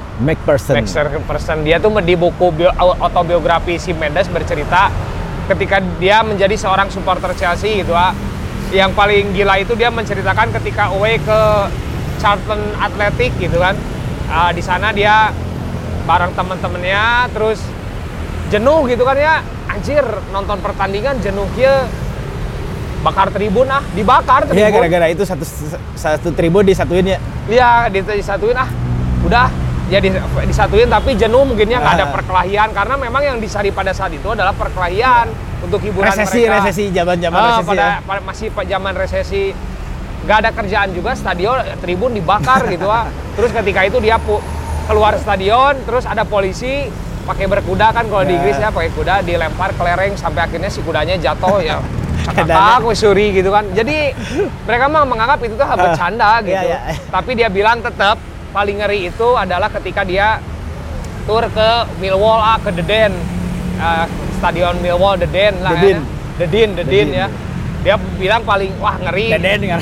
Dia tuh di buku autobiografi si Madness bercerita ketika dia menjadi seorang supporter Chelsea gitu. Yang paling gila itu dia menceritakan ketika away ke Charlton Athletic gitu kan. Di sana dia bareng temen-temennya, terus jenuh gitu kan ya, anjir nonton pertandingan jenuh ya, bakar tribun dibakar tribun. Iya, gara-gara itu satu tribun disatuin ya. Iya, disatuin udah ya disatuin, tapi jenuh mungkinnya nggak ada perkelahian, karena memang yang dicari pada saat itu adalah perkelahian untuk hiburan mereka. Resesi zaman resesi masih zaman resesi. Gak ada kerjaan juga, stadion, tribun dibakar gitu. Terus ketika itu dia keluar stadion, terus ada polisi pakai berkuda kan, kalau di Inggris ya pakai kuda, dilempar ke lereng sampai akhirnya si kudanya jatuh ya. Cakak, wisuri gitu kan. Jadi mereka mah menganggap itu tuh hal bercanda gitu. Tapi dia bilang tetap paling ngeri itu adalah ketika dia tur ke Millwall, ke The Den, stadion Millwall, The Den lah. The Den ya. Dia bilang paling ngeri. Deden.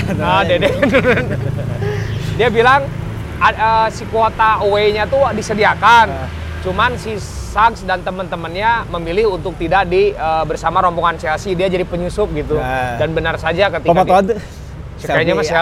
Dia bilang si kuota away-nya tuh disediakan. Cuman si Sangs dan teman-temannya memilih untuk tidak bersama rombongan Chelsea. Dia jadi penyusup gitu. Dan benar saja ketika kayaknya masih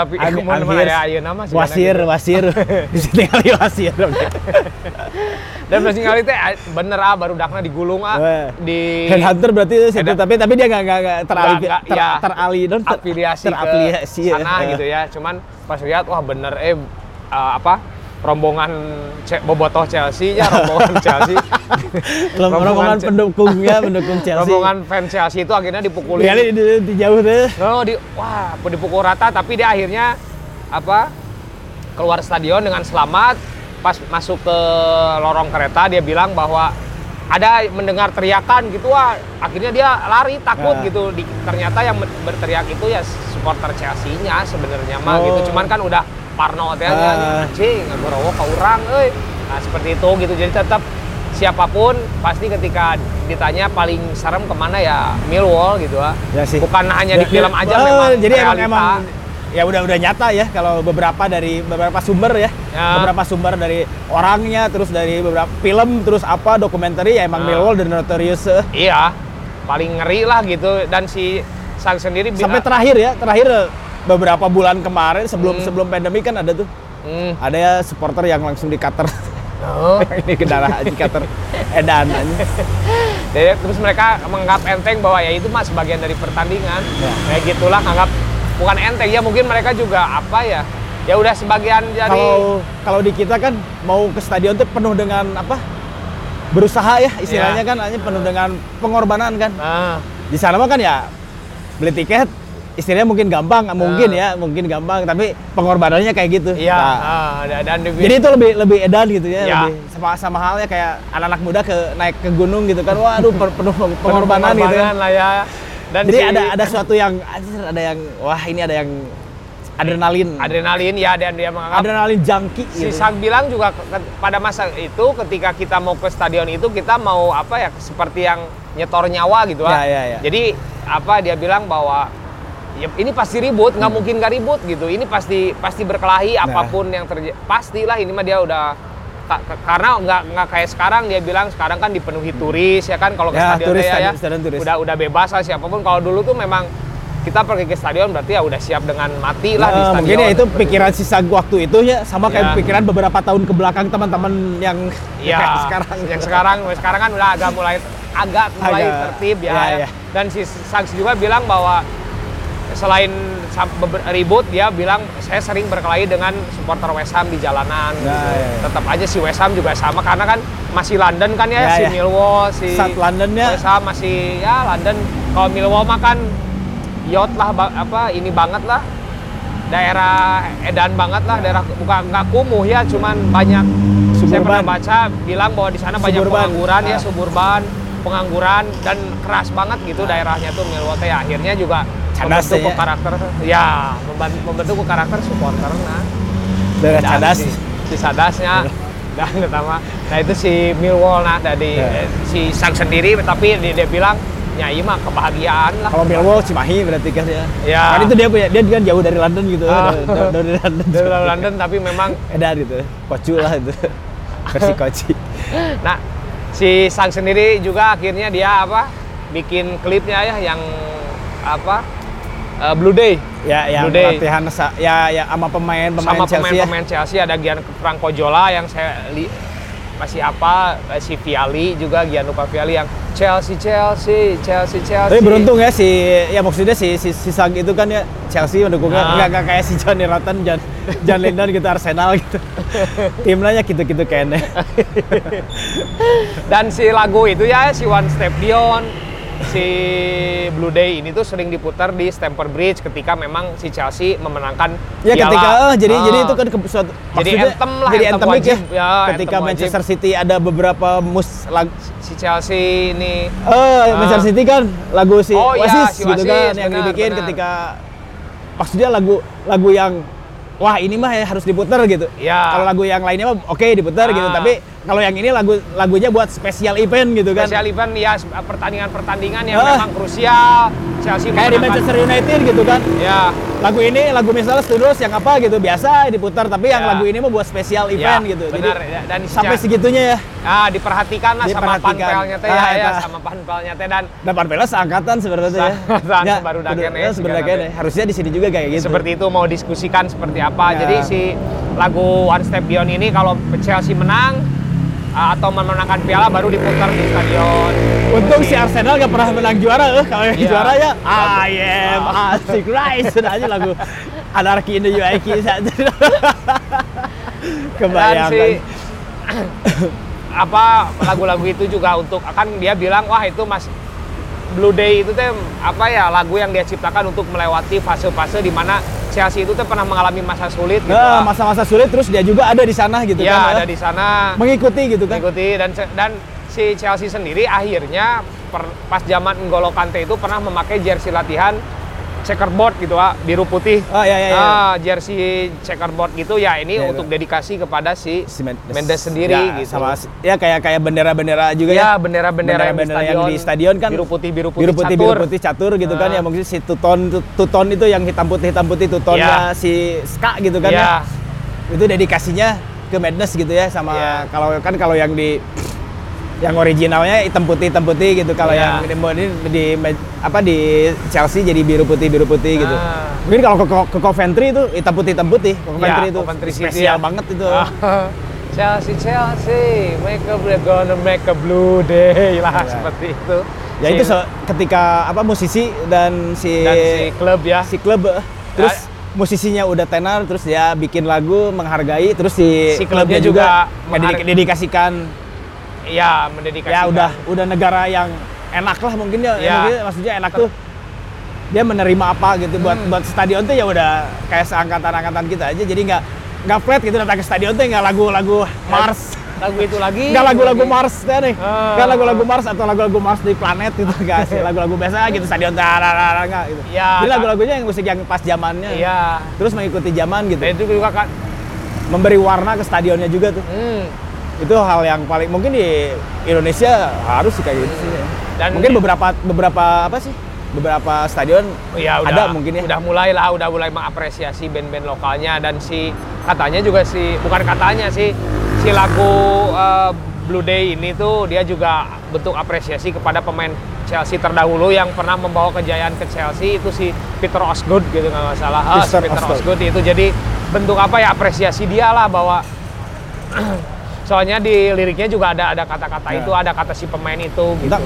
Wasir. Di sini kali Wasir. Dan masih kali teh bener barudakna digulung di Headhunter berarti situ, tapi dia enggak terafiliasi sana gitu ya. Cuman pas lihat wah bener rombongan bobotoh Chelsea ya, rombongan Chelsea. rombongan pendukung Chelsea. Rombongan fans Chelsea itu akhirnya dipukuli. Dia di jauh deh. Dipukul rata, tapi dia akhirnya keluar stadion dengan selamat. Pas masuk ke lorong kereta dia bilang bahwa ada mendengar teriakan gitu, akhirnya dia lari takut gitu. Ternyata yang berteriak itu ya supporter Chelsea-nya sebenarnya gitu. Cuman kan udah parno teh anjing ngorowo ka urang euy. Nah, seperti itu gitu. Jadi tetap siapapun pasti ketika ditanya paling serem kemana ya Millwall gitu ya sih. Bukan hanya di film aja, memang jadi emang ya udah nyata ya, kalau beberapa sumber ya. Beberapa sumber dari orangnya, terus dari beberapa film, terus dokumenter ya emang Millwall dan Notorious. Iya, paling ngeri lah gitu. Dan si Sang sendiri sampai terakhir beberapa bulan kemarin sebelum pandemi kan ada tuh. Ada ya supporter yang langsung di-cutter. Ini kendaraan di-cutter edan aja. Jadi, terus mereka menganggap enteng bahwa ya itu mah sebagian dari pertandingan. Ya. Kayak gitulah, anggap bukan enteng ya, mungkin mereka juga apa ya? Ya udah sebagian jadi. Kalau di kita kan mau ke stadion tuh penuh dengan apa? Berusaha ya istilahnya kan, hanya penuh dengan pengorbanan kan. Di sana mah kan ya beli tiket, istilahnya mungkin gampang, mungkin gampang, tapi pengorbanannya kayak gitu. Iya. Jadi itu lebih edan gitu ya, lebih sama halnya kayak anak-anak muda naik ke gunung gitu kan, waduh penuh pengorbanan gitu. Lah ya. Dan jadi ada suatu yang wah ini ada yang adrenalin ya, dan dia menganggap adrenalin junkie si gitu. Sang bilang juga pada masa itu ketika kita mau ke stadion itu kita mau apa ya, seperti yang nyetor nyawa gitu ya. Jadi apa dia bilang bahwa ya, ini pasti ribut, nggak mungkin nggak ribut gitu, ini pasti berkelahi apapun yang terjadi, pastilah ini mah dia udah karena nggak kayak sekarang. Dia bilang sekarang kan dipenuhi turis ya kan, kalau ke stadion turis. Udah bebas lah siapapun. Kalau dulu tuh memang kita pergi ke stadion berarti ya udah siap dengan mati lah di stadion. Mungkin ya itu pikiran sisa waktu itu ya, sama kayak pikiran beberapa tahun ke belakang teman-teman yang sekarang kan udah agak mulai tertib ya. Dan si Sangs juga bilang bahwa selain ribut, dia bilang saya sering berkelahi dengan supporter West Ham di jalanan. Tetap aja si West Ham juga sama, karena kan masih London kan ya, si Millwall, si South Londonnya. West Ham masih ya London. Kalau Millwall mah kan yacht lah, ini banget lah, daerah edan banget lah, daerah bukan nggak kumuh ya, cuman banyak. Saya pernah baca bilang bahwa di sana banyak pengangguran ya, suburban, pengangguran, dan keras banget gitu daerahnya tuh Millwall ya. Akhirnya juga membentuk karakter ya, membentuk karakter supporter daerah cadas si sadasnya. Dan pertama, nah itu si Millwall dari si Sang sendiri, tapi dia bilang ya iya mah kebahagiaan lah. Kalau Millwall Cimahi berarti kan ya. Kan itu dia kan jauh dari London gitu. Dari London tapi memang edan gitu. Kocu lah itu. Versi koci. Nah, si Sang sendiri juga akhirnya dia bikin klipnya ya yang Blue Day. Ya, yang latihan ya sama pemain Chelsea ada Gianfranco Zola yang saya masih si Vialli juga, Gianluca Vialli yang Chelsea. Tapi beruntung ya maksudnya si Sang itu kan ya Chelsea mendukungnya nggak kayak si Johnny Rotten, John Lennon gitu, Arsenal gitu. Timnya gitu kayaknya. Dan si lagu itu ya, si One Step Beyond, si Blue Day ini tuh sering diputar di Stamford Bridge ketika memang si Chelsea memenangkan ya piala. Ketika jadi itu kan suatu jadi anthem lah, jadi anthem ya, ketika Manchester City ada beberapa lagu si Chelsea ini Manchester City kan lagu si Oasis si gitu kan yang dibikin ketika maksudnya lagu yang wah ini mah harus diputar gitu. Kalau lagu yang lainnya mah oke diputar gitu, tapi kalau yang ini lagunya buat spesial event gitu kan. Spesial event ya, pertandingan yang memang krusial. Chelsea kayak di Manchester United gitu kan. Ya. Lagu ini, lagu misalnya Studios yang apa gitu biasa diputar, tapi yang lagu ini mah buat spesial event gitu. Benar. Jadi, dan sampai segitunya ya. Diperhatikan lah sama panpelnya teh sama panpelnya teh dan panpelnya seangkatan sebenarnya ya. Baru dagen ya. Sebenarnya harusnya di sini juga kayak gitu. Seperti itu mau diskusikan seperti apa. Jadi si lagu One Step Beyond ini kalau Chelsea menang atau memenangkan piala baru diputar di stadion. Untung si Arsenal gak pernah menang juara, kalau yang juara ya I am Antichrist, sudah aja lagu Anarchy in the UIK saja. Kebayang lagu-lagu itu juga untuk dia bilang wah itu Blue Day itu teh lagu yang dia ciptakan untuk melewati fase-fase di mana Chelsea itu pernah mengalami masa sulit gitu. Masa-masa sulit, terus dia juga ada di sana gitu kan. Iya, ada di sana. Mengikuti gitu kan. Dan si Chelsea sendiri akhirnya pas zaman N'Golo Kante itu pernah memakai jersey latihan checkerboard gitu, biru putih. Jersey checkerboard gitu ya, ini untuk dedikasi kepada si Mendes sendiri gitu. Sama ya kayak bendera-bendera juga ya. Bendera-bendera yang di stadion kan biru putih catur gitu kan ya, mungkin si Tuton itu yang hitam putih Tutonnya si Ska gitu kan ya. Itu dedikasinya ke Mendes gitu ya, sama kalau yang yang originalnya hitam putih gitu, kalau yang di Chelsea jadi biru putih gitu. Mungkin kalau ke Coventry itu hitam putih. Coventry itu Coventry spesial banget itu. Chelsea, gonna make a blue day lah, seperti itu. Ya itu ketika musisi dan si klub ya. Si klub terus musisinya udah tenar, terus dia bikin lagu menghargai, terus si klubnya juga mendedikasikan. Iya, mendedikasikan. Ya udah negara yang enak lah mungkin ya. Maksudnya enak tuh. Dia menerima apa gitu buat stadion tuh ya udah kayak seangkatan kita aja, jadi nggak flat gitu datang ke stadion tuh nggak lagu-lagu Mars. Lagu itu lagi nggak lagu-lagu Mars nih, nggak lagu-lagu Mars atau lagu-lagu Mars di planet gitu, nggak sih lagu-lagu biasa gitu stadion nggak gitu. Ya, jadi lagu-lagunya yang musik yang pas zamannya, terus mengikuti zaman gitu. Dan itu juga kan memberi warna ke stadionnya juga tuh. Itu hal yang paling mungkin di Indonesia harus sih kayak gitu sih. Dan mungkin beberapa stadion ada mungkin ya. Udah mulai mengapresiasi band-band lokalnya, dan katanya juga bukan katanya si lagu Blue Day ini tuh dia juga bentuk apresiasi kepada pemain Chelsea terdahulu yang pernah membawa kejayaan ke Chelsea, itu si Peter Osgood gitu nggak salah. Peter Osgood itu jadi bentuk apresiasi dia lah, bahwa soalnya di liriknya juga ada kata-kata itu, ada kata si pemain itu gitu.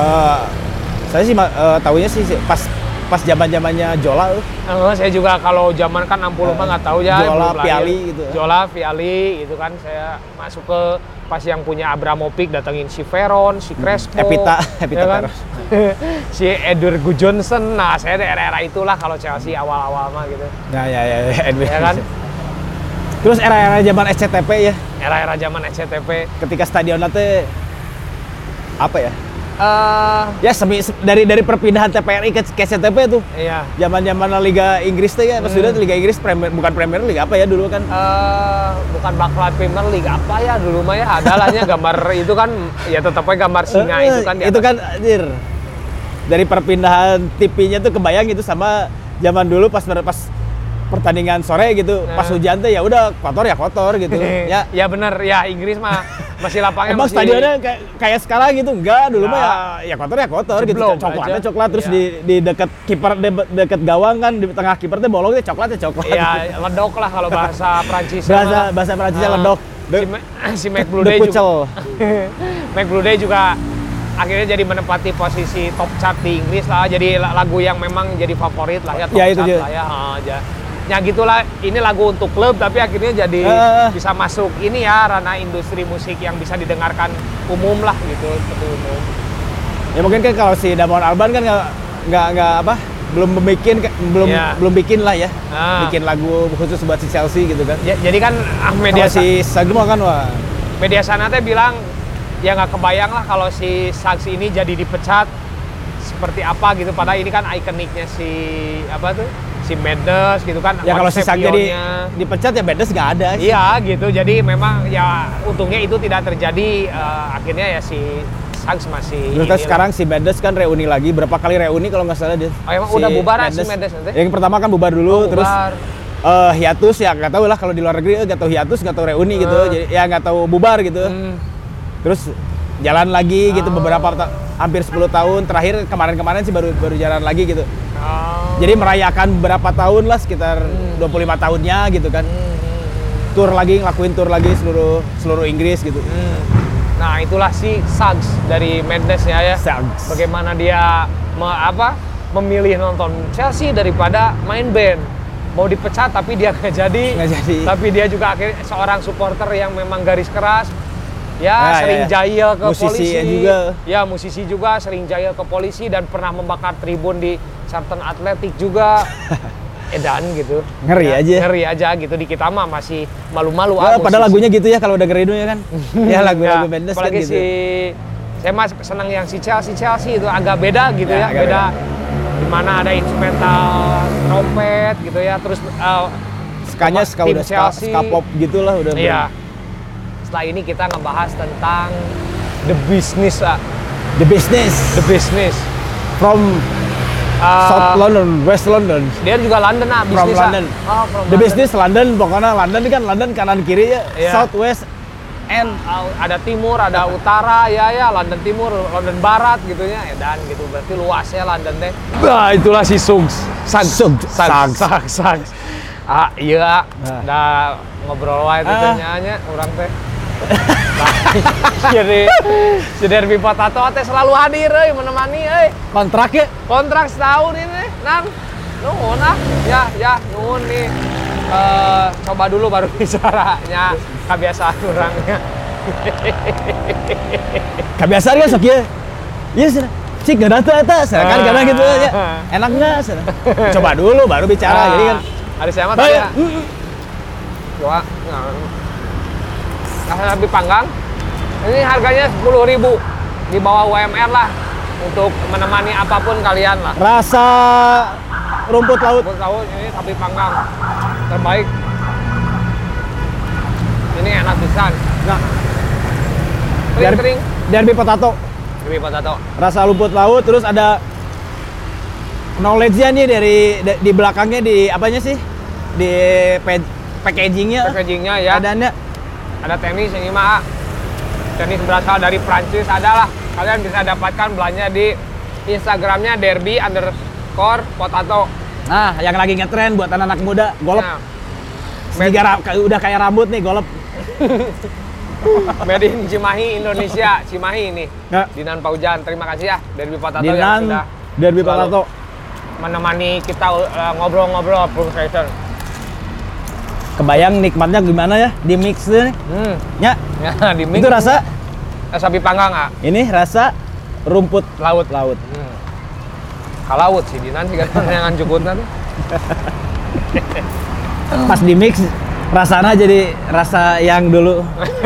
Saya sih tahunya sih pas zaman-zamannya Jola. Saya juga kalau zaman kan 60 mah nggak tahu ya. Jola, Vialli gitu. Jola, Vialli itu kan saya masuk ke pas yang punya Abramovich, datengin si Veron, si Crespo, Epita ya kan? Si Edward Johnson. Nah, saya di era-era itulah kalau Chelsea awal-awal mah gitu. Ya Ya kan? Terus era-era zaman SCTP ya. Era-era zaman SCTP. Ketika stadion teh apa ya? Ya dari perpindahan TPRI ke SCTP tuh. Iya. Zaman-zaman Liga Inggris tuh ya, maksudnya Liga Inggris bukan Premier League apa ya dulu kan? Bukan Bakal Premier League apa ya dulu mah ya, adalahnya gambar itu kan ya tetapnya gambar singa itu kan. Itu kan anjir. Dari perpindahan TV-nya tuh kebayang gitu sama zaman dulu pas pertandingan sore gitu, pas hujan tuh ya udah kotor gitu. Ya bener ya, Inggris mah masih lapangnya emang stadionnya kayak sekarang gitu, enggak dulu mah ya kotor gitu, coklat terus di dekat kiper dekat gawang kan, di tengah kiper teh bolong teh coklat. Ya ledok lah kalau bahasa Prancis. Bahasa Prancisnya ledok. Si Make Blue Day juga. Make Blue Day juga akhirnya jadi menempati posisi top chart di Inggris lah, jadi lagu yang memang jadi favorit lah ya, top chart lah ya. Ya gitulah, ini lagu untuk klub tapi akhirnya jadi bisa masuk ini ya ranah industri musik yang bisa didengarkan umum lah gitu, seperti umum. Ya mungkin kan kalau si Damon Albarn kan nggak belum bikin lah ya, bikin lagu khusus buat si Chelsea gitu kan. Ya, jadi kan media si Sagmo kan media sana teh bilang ya nggak kebayang lah kalau si Sags ini jadi dipecat seperti apa gitu, padahal ini kan ikoniknya si Madness gitu kan. Ya kalau si Sags jadi dipecat ya Madness nggak ada sih. Iya gitu, jadi memang ya untungnya itu tidak terjadi, akhirnya ya si Sags masih. Terus sekarang si Madness kan reuni lagi, berapa kali reuni kalau nggak salah dia. Oh emang udah bubar si Madness nanti? Yang pertama kan bubar dulu, terus hiatus ya nggak tahu lah, kalau di luar negeri nggak tahu hiatus, nggak tahu reuni gitu, jadi ya nggak tahu bubar gitu. Terus jalan lagi gitu hampir 10 tahun terakhir, kemarin sih baru jalan lagi gitu. Jadi merayakan berapa tahun lah, sekitar 25 tahunnya gitu kan. Ngelakuin tour lagi seluruh Inggris gitu. Nah, itulah si Sags dari Madness ya. Sags. Bagaimana dia memilih nonton Chelsea daripada main band. Mau dipecat tapi dia nggak jadi. Tapi dia juga akhirnya seorang supporter yang memang garis keras. Sering jahil ke polisi juga. Ya, musisi juga sering jahil ke polisi dan pernah membakar tribun di Charlton Athletic juga. Edan gitu. Ngeri aja gitu, di kita mah masih malu-malu. Padahal lagunya gitu ya kalau udah ngeri ya kan. Ya lagu-lagu Madness kan gitu. Saya mah senang yang si Chelsea itu agak beda gitu ya. Beda. Dimana ada instrumental trompet gitu ya, terus skanya udah ska pop gitulah udah. Iya. Setelah ini kita ngebahas tentang The Business. The Business. From South London, West London. Dia juga London bisnis. From London. From The Business London, pokoknya London kanan kiri ya. South West and ada timur, ada utara ya, London timur, London barat gitu ya. Dan gitu berarti luasnya London teh. Nah, itulah si Sags. Iya. Udah ngobrol wae teh nya urang teh. Jadi si Derby Potato teh selalu hadir menemani Kontrak ya? kontrak setahun ini nan nuhun ya nuhun nih coba dulu baru bicaranya kebiasaan orangnya. Kebiasaan kan sok ya? Iya sih. Cik gak datang eta, kan karena gitu aja. Enak nggak? Coba dulu baru bicara. Jadi kan ada saya mah tadi ya. Coba nah, lebih panggang. Ini harganya 10.000 di bawah UMR lah untuk menemani apapun kalian lah. Rasa rumput laut. Rumput laut ini sapi panggang terbaik. Ini enak pisan. Nah, Kering-kering. Derby Potato. Derby Potato. Rasa rumput laut, terus ada knowledge-nya nih di belakangnya di apanya sih? Di packaging-nya. Packaging-nya ya. Ada tenis ini mah. Tenis berasal dari Prancis adalah. Kalian bisa dapatkan belanja di Instagramnya Derby_Potato. Nah, yang lagi ngetren buat anak-anak muda, golep. Nah, Udah kayak rambut nih, golep. Made in Cimahi, Indonesia. Cimahi ini. Ya. Dinan Paujan. Terima kasih ya Derby Potato yang sudah Derby Potato menemani kita ngobrol-ngobrol full session. Kebayang nikmatnya gimana ya di mix nih. Ya. Ya, di mix. Itu rasa sapi panggang ah. ini rasa rumput laut. Kalaut sih Dinan sih kan yang ngancukut nanti. Pas di mix rasanya jadi rasa yang dulu.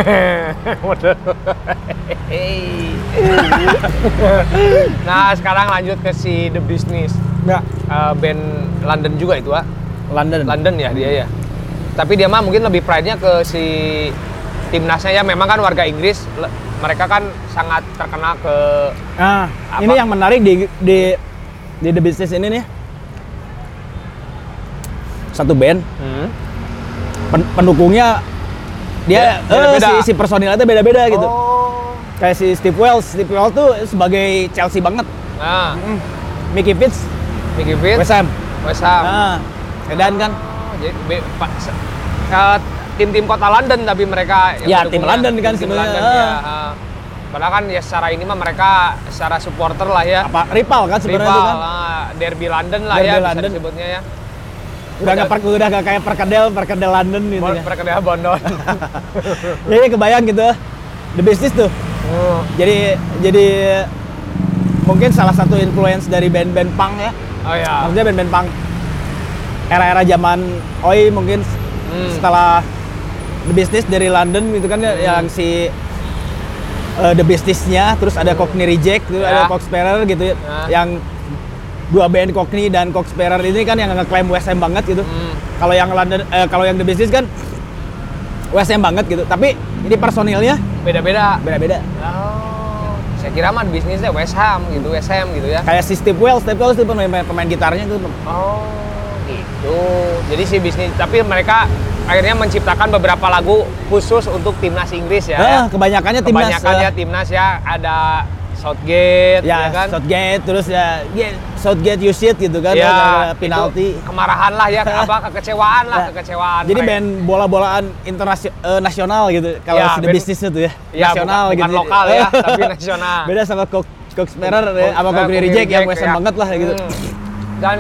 Nah, sekarang lanjut ke si The Business. Ya. Band London juga itu, ah. London Ya dia ya. Tapi dia mah mungkin lebih pride-nya ke si timnasnya ya. Memang kan warga Inggris, mereka kan sangat terkenal ke. Nah, ini yang menarik di The Business ini nih. Satu band. Pendukungnya dia si personilnya itu beda-beda gitu. Kayak si Steve Wells tuh sebagai Chelsea banget. Nah, Mickey Fitz West Ham. Nah, edan kan. Jadi tim-tim kota London tapi mereka ya tim London kan sebenarnya. Ya. Padahal kan ya secara ini mah mereka secara supporter lah ya. Apa rival kan sebenarnya itu kan. Derby London lah Derby ya London. bisa disebutnya ya. Udah nggak kayak perkedel London gitu ya. Perkedel Bondon. Jadi kebayang gitu The Business tuh. Jadi mungkin salah satu influence dari band-band punk ya. Oh ya. Maksudnya band-band punk era-era zaman Oi mungkin setelah The Business dari London gitu kan yang si The Business-nya, terus ada Cockney Reject, terus ada Cock Sparrer gitu ya. Yang dua band Cockney dan Cock Sparrer ini kan yang ngeklaim West Ham banget gitu. Kalau yang kalau yang The Business kan West Ham banget gitu. Tapi ini personilnya beda-beda. Oh, saya kira mah bisnisnya West Ham gitu ya. Kayak si Steve Wells itu pemain gitarnya tuh. Oh, gitu. Jadi si bisnis, tapi mereka akhirnya menciptakan beberapa lagu khusus untuk timnas Inggris ya. Kebanyakannya timnas ya. Ada Southgate ya kan. Southgate terus ya Southgate you shit gitu kan ya, penalti. Kemarahan lah ya, kekecewaan. Jadi mereka. band bola-bolaan nasional gitu kalau ya, The Business itu ya. Nasional bukan gitu. Lokal ya, tapi nasional. Beda sama Cock Sparrer sama Cockney Reject yang West Ham banget lah gitu. Dan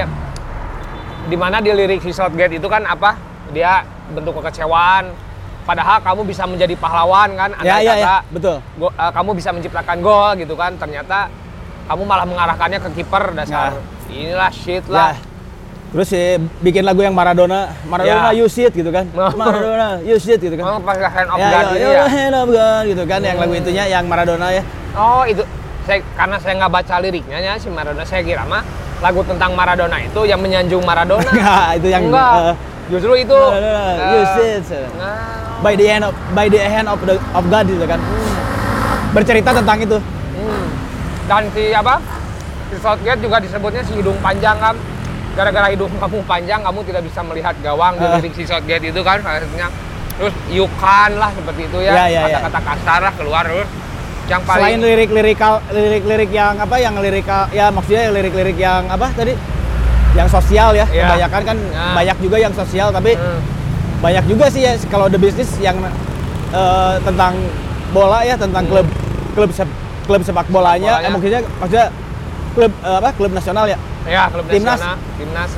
di mana di lirik si Southgate itu kan apa? Dia bentuk kekecewaan. Padahal kamu bisa menjadi pahlawan kan, andai kata betul. Kamu bisa menciptakan gol gitu kan, ternyata kamu malah mengarahkannya ke kiper dasar inilah shit lah. Terus bikin lagu yang Maradona you shit gitu kan. Maradona you shit gitu kan. Pas Hand of God gitu ya. Hand of God gitu kan yang lagu itunya yang Maradona ya. Oh, itu karena saya nggak baca liriknya ya si Maradona, saya kira mah lagu tentang Maradona itu yang menyanjung Maradona. Itu yang enggak. Justru itu you shit. By the hand of God gitu kan. Bercerita tentang itu. Dan si Southgate juga disebutnya si hidung panjang kan. Gara-gara hidung kamu panjang, kamu tidak bisa melihat gawang. Di lirik si Southgate itu kan maksudnya. Terus you can lah seperti itu ya. Kata-kata kasar lah keluar terus. Yang paling selain lirik-lirik yang apa yang lirikal ya maksudnya lirik-lirik yang apa tadi? Yang sosial ya. Kebanyakan kan banyak juga yang sosial tapi banyak juga sih ya kalau The Business yang tentang bola ya, tentang klub sepak bolanya. Maksudnya klub nasional ya. Ya, klub nasional, timnas.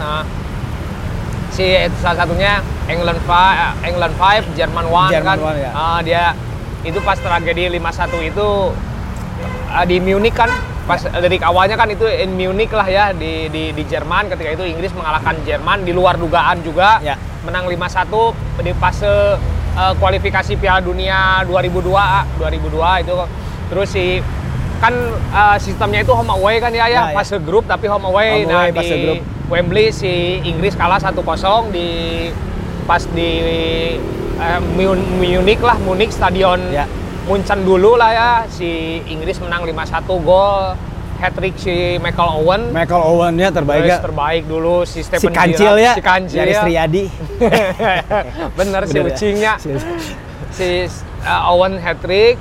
Salah satunya England 5, Jerman 1 kan. Ya. Dia itu pas tragedi 51 itu di Munich kan. Pas dari awalnya kan itu in Munich lah ya di Jerman. Ketika itu Inggris mengalahkan Jerman di luar dugaan juga. Ya. Menang 5-1 di fase kualifikasi Piala Dunia 2002 itu. Terus kan sistemnya itu home away kan ya. Fase grup tapi home away. Di grup. Wembley si Inggris kalah 1-0 pas di Munich stadion Munchen dulu lah ya. Si Inggris menang 5-1, gol hat-trick si Michael Owen ya terbaik dulu si Stephen Kancil Gerrard, ya. Si Kancil dari ya. Sriyadi. Bener si ucingnya. Si Owen hat-trick,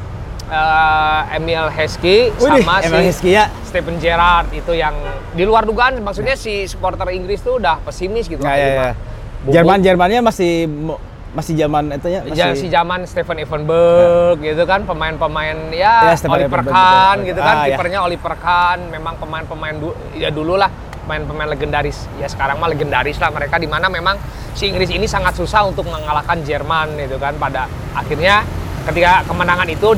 Emil Heskey sama si ya. Stephen Gerrard itu yang di luar dugaan. Maksudnya si supporter Inggris tuh udah pesimis gitu. Jermannya masih zaman itu ya. Si zaman Stefan Effenberg gitu kan, pemain-pemain ya Oliver Kahn gitu kan, kipernya Oliver Kahn, memang pemain-pemain dulu lah, pemain-pemain legendaris. Ya sekarang mah legendaris lah mereka, di mana memang si Inggris ini sangat susah untuk mengalahkan Jerman gitu kan. Pada akhirnya ketika kemenangan itu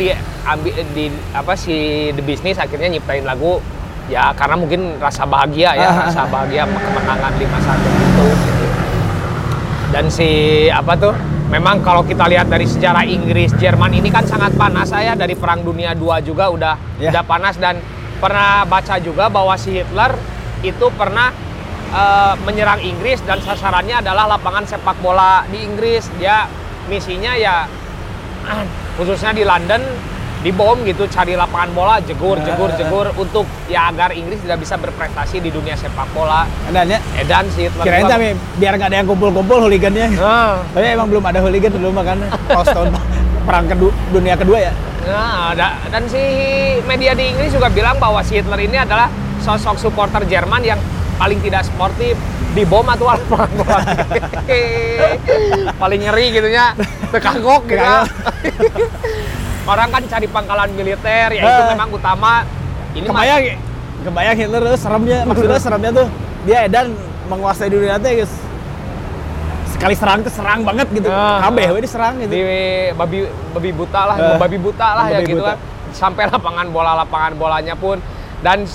si The Business akhirnya nyiptain lagu ya karena mungkin rasa bahagia rasa bahagia kemenangan 5-1 itu gitu. Dan memang kalau kita lihat dari sejarah Inggris Jerman ini kan sangat panas ya, dari Perang Dunia II juga udah panas. Dan pernah baca juga bahwa si Hitler itu pernah menyerang Inggris dan sasarannya adalah lapangan sepak bola di Inggris. Dia misinya ya khususnya di London dibom gitu, cari lapangan bola, jegur untuk ya agar Inggris tidak bisa berprestasi di dunia sepak bola. Edan sih. Kirain tapi biar nggak ada yang kumpul-kumpul hooligannya. Tapi emang belum ada hooligan dulu makanya pas tahun perang dunia kedua ya. Nah, dan si media di Inggris juga bilang bahwa si Hitler ini adalah sosok supporter Jerman yang paling tidak sportif, dibom atau lapangan bola. Paling ngeri gitunya, tekagok gitu. Orang kan cari pangkalan militer, ya itu memang utama. Ini kebayang Hitler tuh seremnya tuh dia edan menguasai dunia teh guys. Sekali serang banget gitu. Kabeh we diserang gitu. Di babi buta lah ya gitu kan. Sampai lapangan bolanya pun. Dan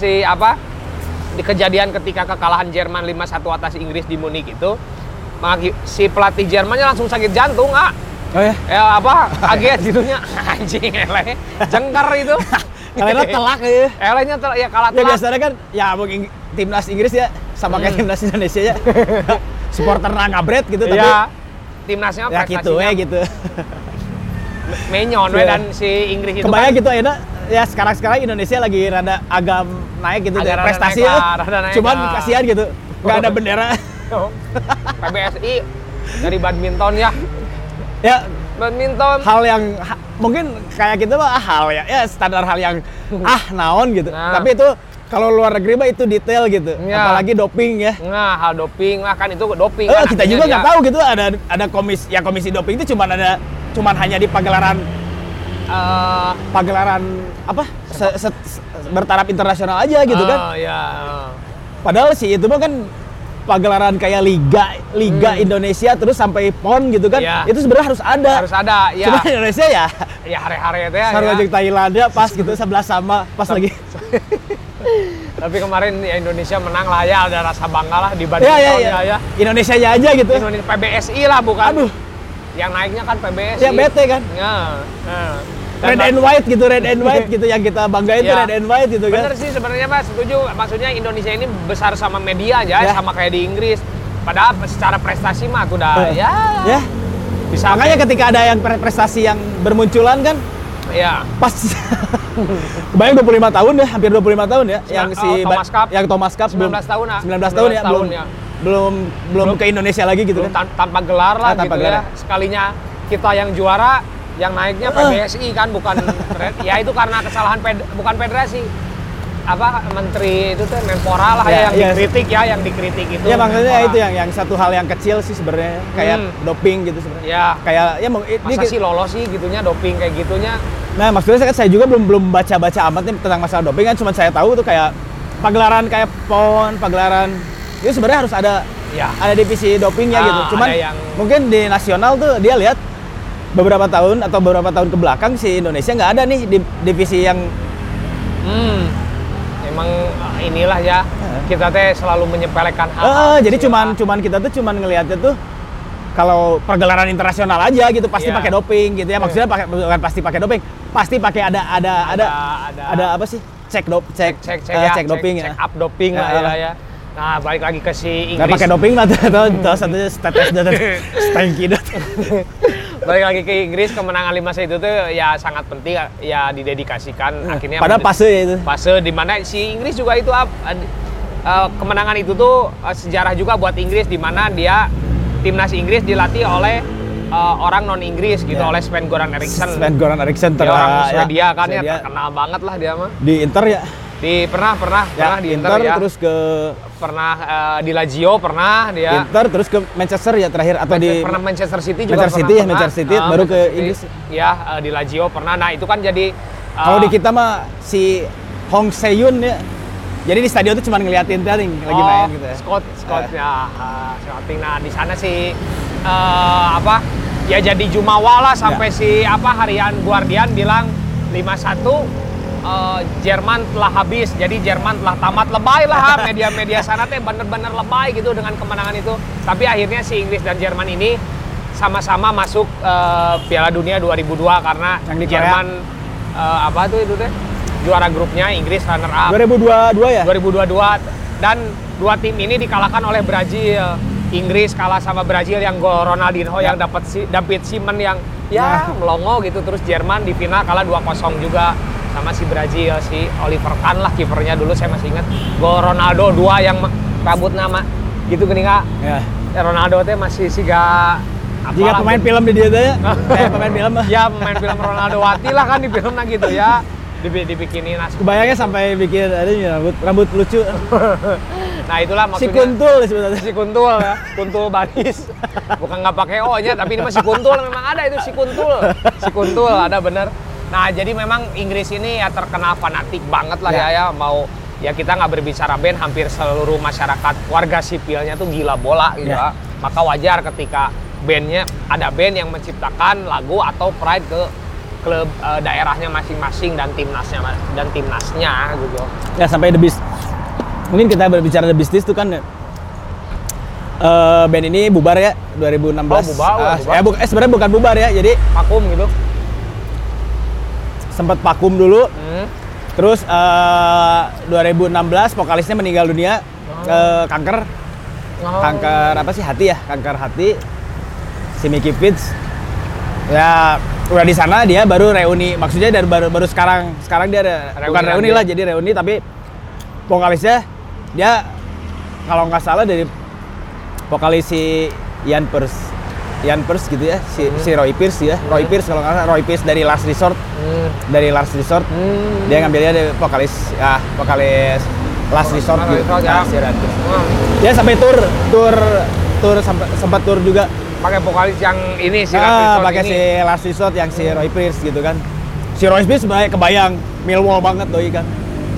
di kejadian ketika kekalahan Jerman 5-1 atas Inggris di Munich itu, si pelatih Jermannya langsung sakit jantung, Oh ya? Kaget gitunya. Anjing, eleh. Jengkar itu. Elehnya telak ya. Elehnya kalah telak. Ya biasanya kan, ya mungkin timnas Inggris ya, sama kayak timnas Indonesia ya. Supporter ngabret gitu, tapi ya, timnasnya ya prestasinya gitu. Menyon dan si Inggris itu kebayang kan, gitu ya sekarang Indonesia lagi rada agak naik gitu dari prestasi cuman kasihan gitu, nggak ada bendera. PBSI dari badminton ya. Ya, badminton. Hal yang mungkin kayak gitu mah ya standar hal yang naon gitu. Tapi itu kalau luar negeri mah itu detail gitu. Ya. Apalagi doping ya. Nah, hal doping mah kan itu doping. Kan kita juga nggak tahu gitu ada komisi doping itu cuman hanya di pagelaran bertaraf internasional aja gitu kan. Ya. Padahal sih itu mah kan pagelaran kayak Liga Indonesia terus sampai PON gitu kan. Ya. Itu sebenarnya harus ada. Ya. Cuma Indonesia ya hari-hari itu ya. Sarwajik Thailand ya pas gitu 11 sama pas lagi. Tapi kemarin ya Indonesia menang lah ya, ada rasa bangga lah dibanding ya. Indonesia aja gitu. Indonesia PBSI lah bukan. Aduh. Yang naiknya kan PBSI. Ya bete kan. Ya. Red and white gitu yang kita banggain tuh red and white gitu kan. Bener sih sebenarnya Mas, setuju. Maksudnya Indonesia ini besar sama media aja, sama kayak di Inggris. Padahal secara prestasi mah aku udah ya. Bisa makanya ketika ada yang prestasi yang bermunculan kan, ya pas kebayang 25 tahun ya, hampir 25 tahun ya, yang si Thomas Cup 19 tahun ya, belum ke Indonesia lagi gitu kan. Tanpa gelar lah gitu ya. Sekalinya kita yang juara, yang naiknya PBSI kan bukan ya itu karena kesalahan bukan federasi. menteri itu tuh Menpora lah ya, yang dikritik ya, yang dikritik itu. Ya maksudnya itu yang satu hal yang kecil sih sebenarnya, kayak doping gitu sebenarnya. Ya. Kayak ya masa sih lolos sih gitunya doping kayak gitunya. Nah, maksudnya saya juga belum baca-baca amat nih tentang masalah doping kan, cuma saya tahu tuh kayak pagelaran kayak PON, pagelaran itu sebenarnya harus ada divisi dopingnya gitu. Cuman mungkin di nasional tuh dia lihat beberapa tahun ke belakang si Indonesia nggak ada nih di divisi yang emang inilah ya kita teh selalu menyepelekan hal. Jadi cuman kita tuh ngelihatnya tuh kalau pergelaran internasional aja gitu pasti pakai doping gitu ya. Maksudnya bukan pasti pakai doping, pasti pakai ada apa sih? Cek doping ya. Check up doping lah ya. Nah, balik lagi ke si Inggris. Nggak pakai doping lah tuh satunya tetes stanky dot. Balik lagi ke Inggris, kemenangan 5-1 itu tuh ya sangat penting ya didedikasikan akhirnya. Padahal fase ya itu. Fase di mana si Inggris juga itu kemenangan itu tuh sejarah juga buat Inggris, di mana dia timnas Inggris dilatih oleh orang non Inggris gitu, oleh Sven-Goran Eriksson. Sven-Goran Eriksson orang Swedia kan ya, terkenal banget lah dia mah. Di Inter ya. Pernah di Inter ya. Terus ke di Lazio pernah dia. Inter terus ke Manchester ya terakhir atau di pernah Manchester City juga Manchester City baru ke Inggris. Ya, di Lazio pernah. Nah, itu kan jadi kalau di kita mah si Hong Se-yun ya. Jadi di stadion itu cuma ngeliatin lagi main gitu ya. Scottnya scouting. Nah, di sana sih ya jadi jumawa lah sampai si harian Guardian bilang 5-1 Jerman telah habis, jadi Jerman telah tamat. Lebay lah media-media sana teh bener-bener lebay gitu dengan kemenangan itu. Tapi akhirnya si Inggris dan Jerman ini sama-sama masuk Piala Dunia 2002 karena Jerman itu teh juara grupnya, Inggris runner up. 2022 ya? 2022 dan dua tim ini dikalahkan oleh Brazil. Inggris kalah sama Brazil yang gol Ronaldinho yang dapat David Seaman yang melongo gitu. Terus Jerman di final kalah 2-0 juga sama si Brazil, si Oliver Kahn lah kipernya dulu, saya masih ingat. Gol Ronaldo 2 yang rambut nama gitu gini Kak. Ronaldo teh masih siga jika pemain film di dia teh pemain film ya, pemain film Ronaldo Wati lah kan di filmnya gitu ya. Dibikinin kebayangnya sampai bikin rambut lucu. Nah, itulah maksudnya si kuntul sebenarnya. Si kuntul ya, kuntul baris. Bukan nggak pakai O-nya, tapi ini mah si kuntul memang ada itu si kuntul. Si kuntul ada bener. Nah, jadi memang Inggris ini ya terkenal fanatik banget lah ya mau ya kita nggak berbicara band, hampir seluruh masyarakat warga sipilnya tuh gila bola gitu ya. Maka wajar ketika bandnya ada band yang menciptakan lagu atau pride ke klub daerahnya masing-masing dan timnasnya gitu. Ya sampai mungkin kita berbicara The Business tuh kan band ini bubar ya 2016. Bubar. Sebenarnya bukan bubar ya, jadi vakum gitu. Sempat vakum dulu. Terus 2016 vokalisnya meninggal dunia kanker. Kanker apa sih, hati ya? Kanker hati. Si Mickey Fitz. Ya udah di sana dia baru reuni. Maksudnya dari baru sekarang dia ada bukan reuni lah, jadi reuni tapi vokalisnya dia kalau nggak salah dari vokalis si Ian Pearce gitu ya, si Roy Pearce ya. Roy Pearce kalau nggak salah, Roy Pearce dari Last Resort. Dari Last Resort. Dia ngambilnya dari vokalis Last Resort gitu. Dia sampai tour sempat tour juga. Pakai vokalis yang ini si Last Resort pakai si Last Resort yang si Roy Pearce gitu kan. Si Roy Pearce sebenarnya kebayang Millwall banget doi kan.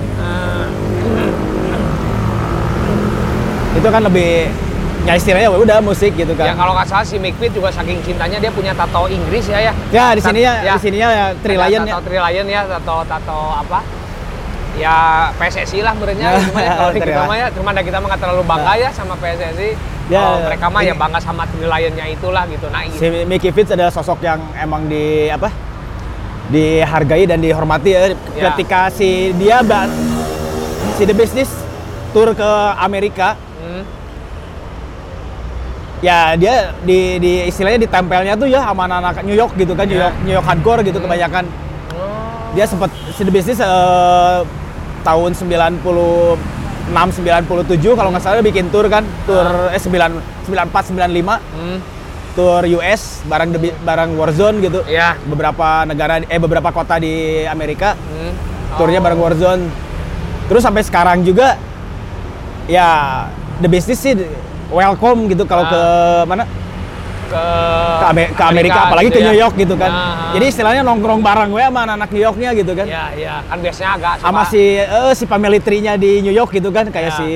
Itu kan lebih ya istilahnya udah musik gitu kan. Ya kalau nggak salah si Mick Fitz juga saking cintanya dia punya tato Inggris ya. Ya di sininya ya Tri-Lion ya. Tato Tri-Lion ya, tato apa? Ya PSSI lah sebenarnya gimana ya, kalau kita mah ya, cuma kita mah nggak terlalu bangga ya sama PSSI. Ya, mereka mah ya bangga sama Tri-Lionnya itulah gitu. Nah, si Mickey Fitz adalah sosok yang emang dihargai dan dihormati ya. Ketika si The Business tur ke Amerika. Ya dia di istilahnya ditempelnya tuh ya sama anak-anak New York gitu kan, New York hardcore gitu kebanyakan. Dia sempat si The Business tahun 96 97 kalau nggak salah bikin tour kan, tour 94 95. Tour US bareng Warzone gitu. Beberapa kota di Amerika. Turnya bareng Warzone. Terus sampai sekarang juga ya The Business sih welcome gitu kalau ke mana? Ke Amerika, apalagi gitu ke New York gitu kan. Jadi istilahnya nongkrong bareng gue sama anak-anak New Yorknya gitu kan. Iya, kan biasanya agak sama si family tree-nya di New York gitu kan, kayak si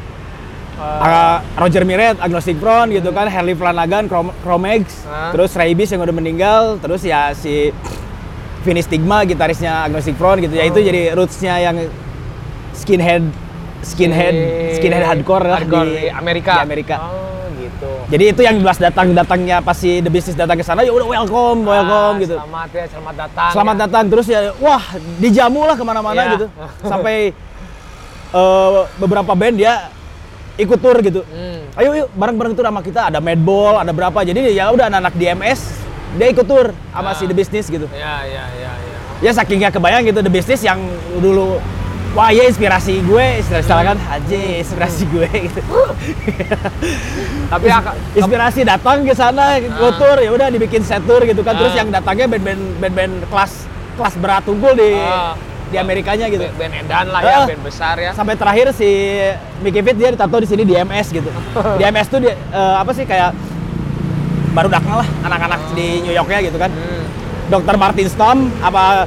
Roger Miret, Agnostic Front gitu kan, Harley Flanagan, Chromex, terus Ray Biss yang udah meninggal, terus ya si Vinny Stigma gitarisnya Agnostic Front gitu. Ya itu jadi roots-nya yang skinhead hardcore lah di Amerika. Di Amerika. Oh, gitu. Jadi itu yang jelas datangnya pas si The Business datang ke sana, ya udah welcome gitu. Selamat datang. Selamat datang, terus ya wah dijamu lah kemana-mana gitu. Sampai beberapa band dia ikut tour gitu. Ayo yuk bareng-bareng tour sama kita, ada Madball, ada berapa. Jadi ya udah anak-anak DMS dia ikut tour sama si The Business gitu. Iya. Ya saking gak kebayang gitu The Business yang dulu wah ya inspirasi gue, istilah kan aja inspirasi gue gitu. Tapi inspirasi datang ke sana tour, ya udah dibikin set tour gitu kan. Terus yang datangnya band-band kelas berat unggul di Amerikanya gitu. Band edan lah ya, band besar ya. Sampai terakhir si Mickey Fit dia ditato di sini di MS gitu. Di MS tuh dia apa sih kayak baru dakna lah anak-anak di New Yorknya gitu kan. Dr. Martin Storm apa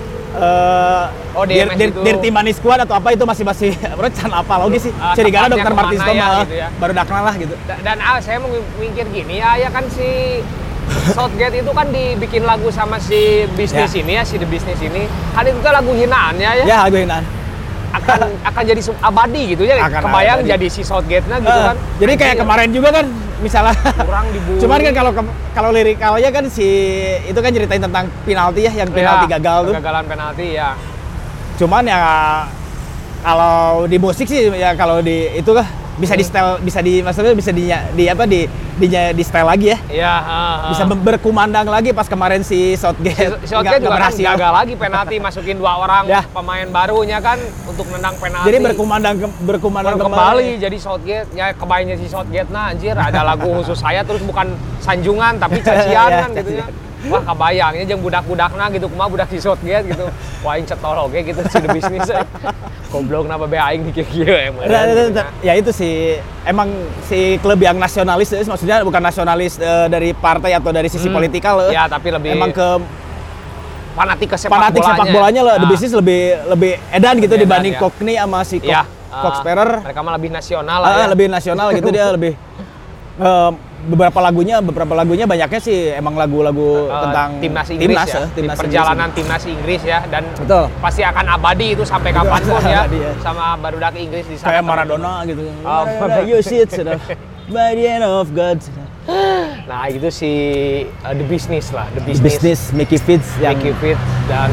Dirty Money Squad atau apa itu masih rencana apa lagi sih? Cerigana Dr. Martin Storm gitu ya. baru dakna lah gitu. Dan saya mau mikir gini ya kan si Southgate itu kan dibikin lagu sama si bisnis ini ya, si The Business ini. Kan itu kan lagu hinaannya ya. Ya, lagu hinaan. Akan jadi abadi gitu ya. Kebayang jadi si Southgate-nya gitu kan. Jadi kayak kemarin juga kan misalnya kurang diburu. Cuman kan kalau lirikalnya kan si itu kan ceritain tentang penalti ya, yang penalti gagal tuh. Kegagalan penalti ya. Cuman ya kalau di musik sih ya kalau di itu lah bisa di style, maksudnya bisa di style lagi ya. Iya, bisa berkumandang lagi pas kemarin si Southgate juga berhasil. Kan gagal lagi penalti, masukin 2 orang pemain barunya kan untuk nendang penalti. Jadi berkumandang kembali. Jadi Southgate, ya kebayangnya si Southgate anjir ada lagu khusus saya terus bukan sanjungan tapi cacian kan gitu ya. Wah kebayangnya jeung budak-budakna gitu kumaha budak si Southgate gitu. Wah aing cetol oge gitu si The Business. Goblok napa bae aing di kieu emang. Ya itu sih emang si klub yang nasionalis, maksudnya bukan nasionalis dari partai atau dari sisi politikal. Ya, tapi lebih emang ke fanatik sepak bolanya lah. The Business lebih edan gitu dibanding Cockney sama si Cox Sparrer. Mereka mah lebih nasional lah. Lebih nasional gitu dia lebih beberapa lagunya banyaknya sih emang lagu-lagu tentang timnas Inggris perjalanan timnas Inggris ya, dan pasti akan abadi itu sampai kapanpun ya sama barudak Inggris di sana kayak Maradona gitu. You shit by the end of God. Nah itu si The Business lah, The Business Mickey Fitz dan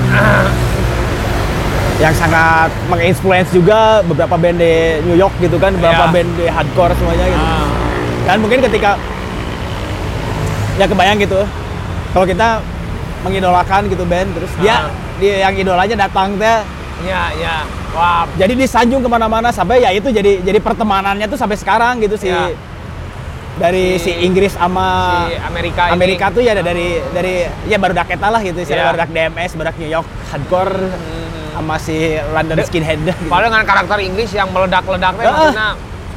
yang sangat menginfluence juga beberapa band di New York gitu kan, beberapa band di hardcore semuanya gitu. Dan mungkin ketika ya kebayang gitu kalau kita mengidolakan gitu band terus dia yang idolanya datang teh ya wah jadi disanjung kemana-mana sampai ya itu jadi pertemanannya tuh sampai sekarang gitu sih dari si Inggris sama si Amerika tuh ya dari ya baru daketa lah gitu baru dak DMS baru New York hardcore sama si London skinhead gitu. Padahal dengan karakter Inggris yang meledak-ledaknya maksudnya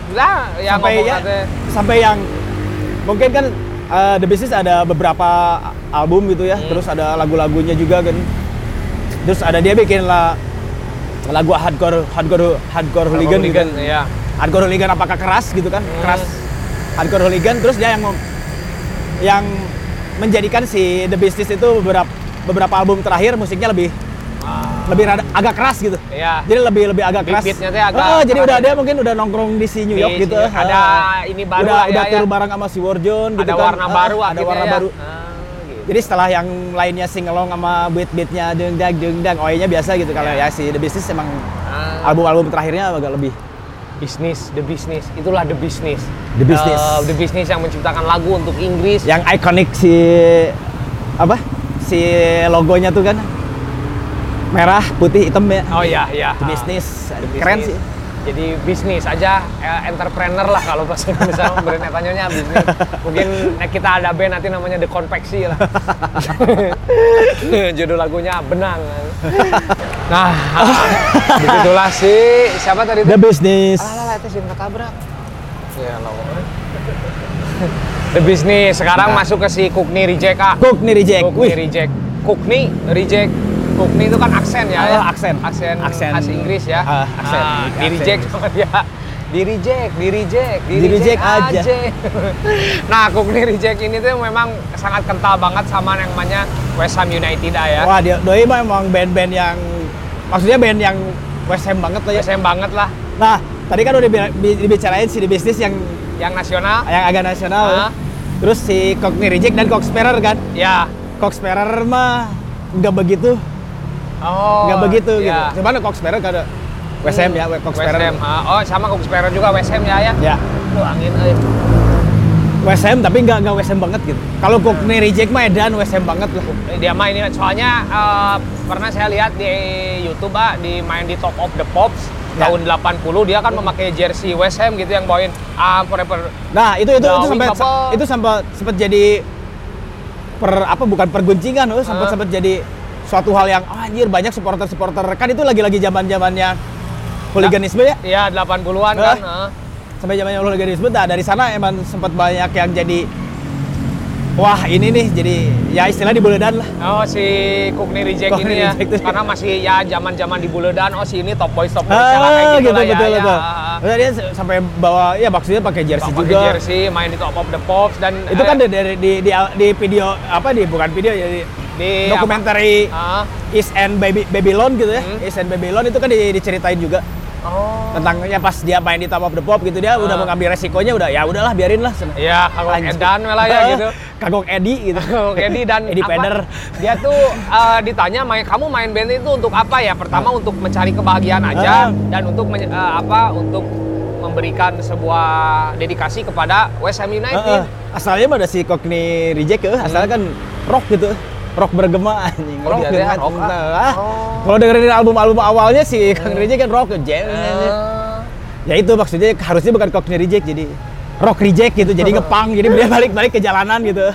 sampai yang mungkin kan The Business ada beberapa album gitu ya, terus ada lagu-lagunya juga kan, terus ada dia bikin lagu hardcore hooligan gitu kan. Hardcore hooligan apakah keras gitu kan, keras hardcore hooligan, terus dia yang menjadikan si The Business itu beberapa album terakhir musiknya lebih agak keras gitu. Iya. Jadi lebih agak keras. Beatnya agak jadi udah dia mungkin udah nongkrong di si New York gitu. Ada ini baru udah tur bareng sama si War John gitu kan. Ada warna baru ada warna baru. Gitu. Jadi setelah yang lainnya sing along sama beat-beatnya deng-deng OE-nya biasa gitu. Kalau ya si The Business emang album-album terakhirnya agak lebih The Business. Itulah The Business. The Business. The Business yang menciptakan lagu untuk Inggris. Yang ikonik si logonya tuh kan. Merah, putih, hitam ya. Oh iya. The Business. Keren sih. Jadi bisnis aja, entrepreneur lah kalau bahasa Indonesia brand etanya bisnis. Mungkin kita ada band nanti namanya The Konveksi lah. Judul lagunya Benang. Nah, begitulah sih. Siapa tadi? The Business. Alah, itu sih ketabrak. Ya Allah. The Business sekarang masuk ke si Cookney Reject, Kak. Cookney Reject. Cookney Reject. Cookney Reject. Cookney itu kan aksen ya. Aksen Khas Inggris ya. Aksen. Di reject sama dia. Di reject aja. Nah, Cookney Reject ini tuh memang sangat kental banget sama yang namanya West Ham United ya. Wah, doi memang band-band yang maksudnya band yang West Ham banget lah ya. West Ham banget lah. Nah, tadi kan udah dibicarain si The Business yang nasional, yang agak nasional. Ya. Terus si Cookney Reject dan Cock Sparrer kan? Ya. Cock Sparrer mah nggak begitu. Nggak begitu gitu. Cuman Cock Sparrer kan ada West Ham ya, Cock Sparrer. Oh, sama Cock Sparrer juga West Ham ya. Ya. Lu angin euy. West Ham tapi nggak West Ham banget gitu. Kalau Cookney Reject mah edan West Ham banget lah. Dia mah ini soalnya pernah saya lihat di YouTube main di Top of the Pops tahun 80 dia kan memakai jersey West Ham gitu yang bawain forever. Nah, itu sempat jadi bukan perguncingan sempat jadi suatu hal yang anjir banyak supporter kan itu lagi zamannya hooliganisme ya. Iya, 80-an kan. Sampai zamannya hooliganisme dari sana emang sempat banyak yang jadi wah ini nih jadi ya istilah di Buledan lah. Oh, si Cookney Reject ini ya. Karena masih ya zaman-zaman di Buledan, oh si ini top boys kayak gitu lah ya. Betul. Terus dia sampai bawa ya maksudnya pakai jersey juga. Pakai jersey, main di Top of the Pops dan itu kan dari di video bukan video ya di dokumenter East End Babylon gitu ya. East End Babylon itu kan diceritain juga. Tentang ya pas dia main di Top of the Pop gitu dia udah mengambil resikonya ya udahlah biarin lah. Iya, kagok edan lah ya gitu. Kagok Edi gitu. Kagok Edi dan Edi Peder. Dia tuh ditanya kamu main band itu untuk apa ya? Pertama untuk mencari kebahagiaan aja dan untuk untuk memberikan sebuah dedikasi kepada West Ham United. Asalnya mah ada si Cookney Reject asalnya kan rock gitu. Rock bergema anjing. Rock gitu ya, rock. Kalau dengerin album awalnya sih Kang Reject kan rock ya itu maksudnya harusnya bukan Cookney Reject jadi Rock Reject gitu jadi ngepang jadi dia balik ke jalanan gitu.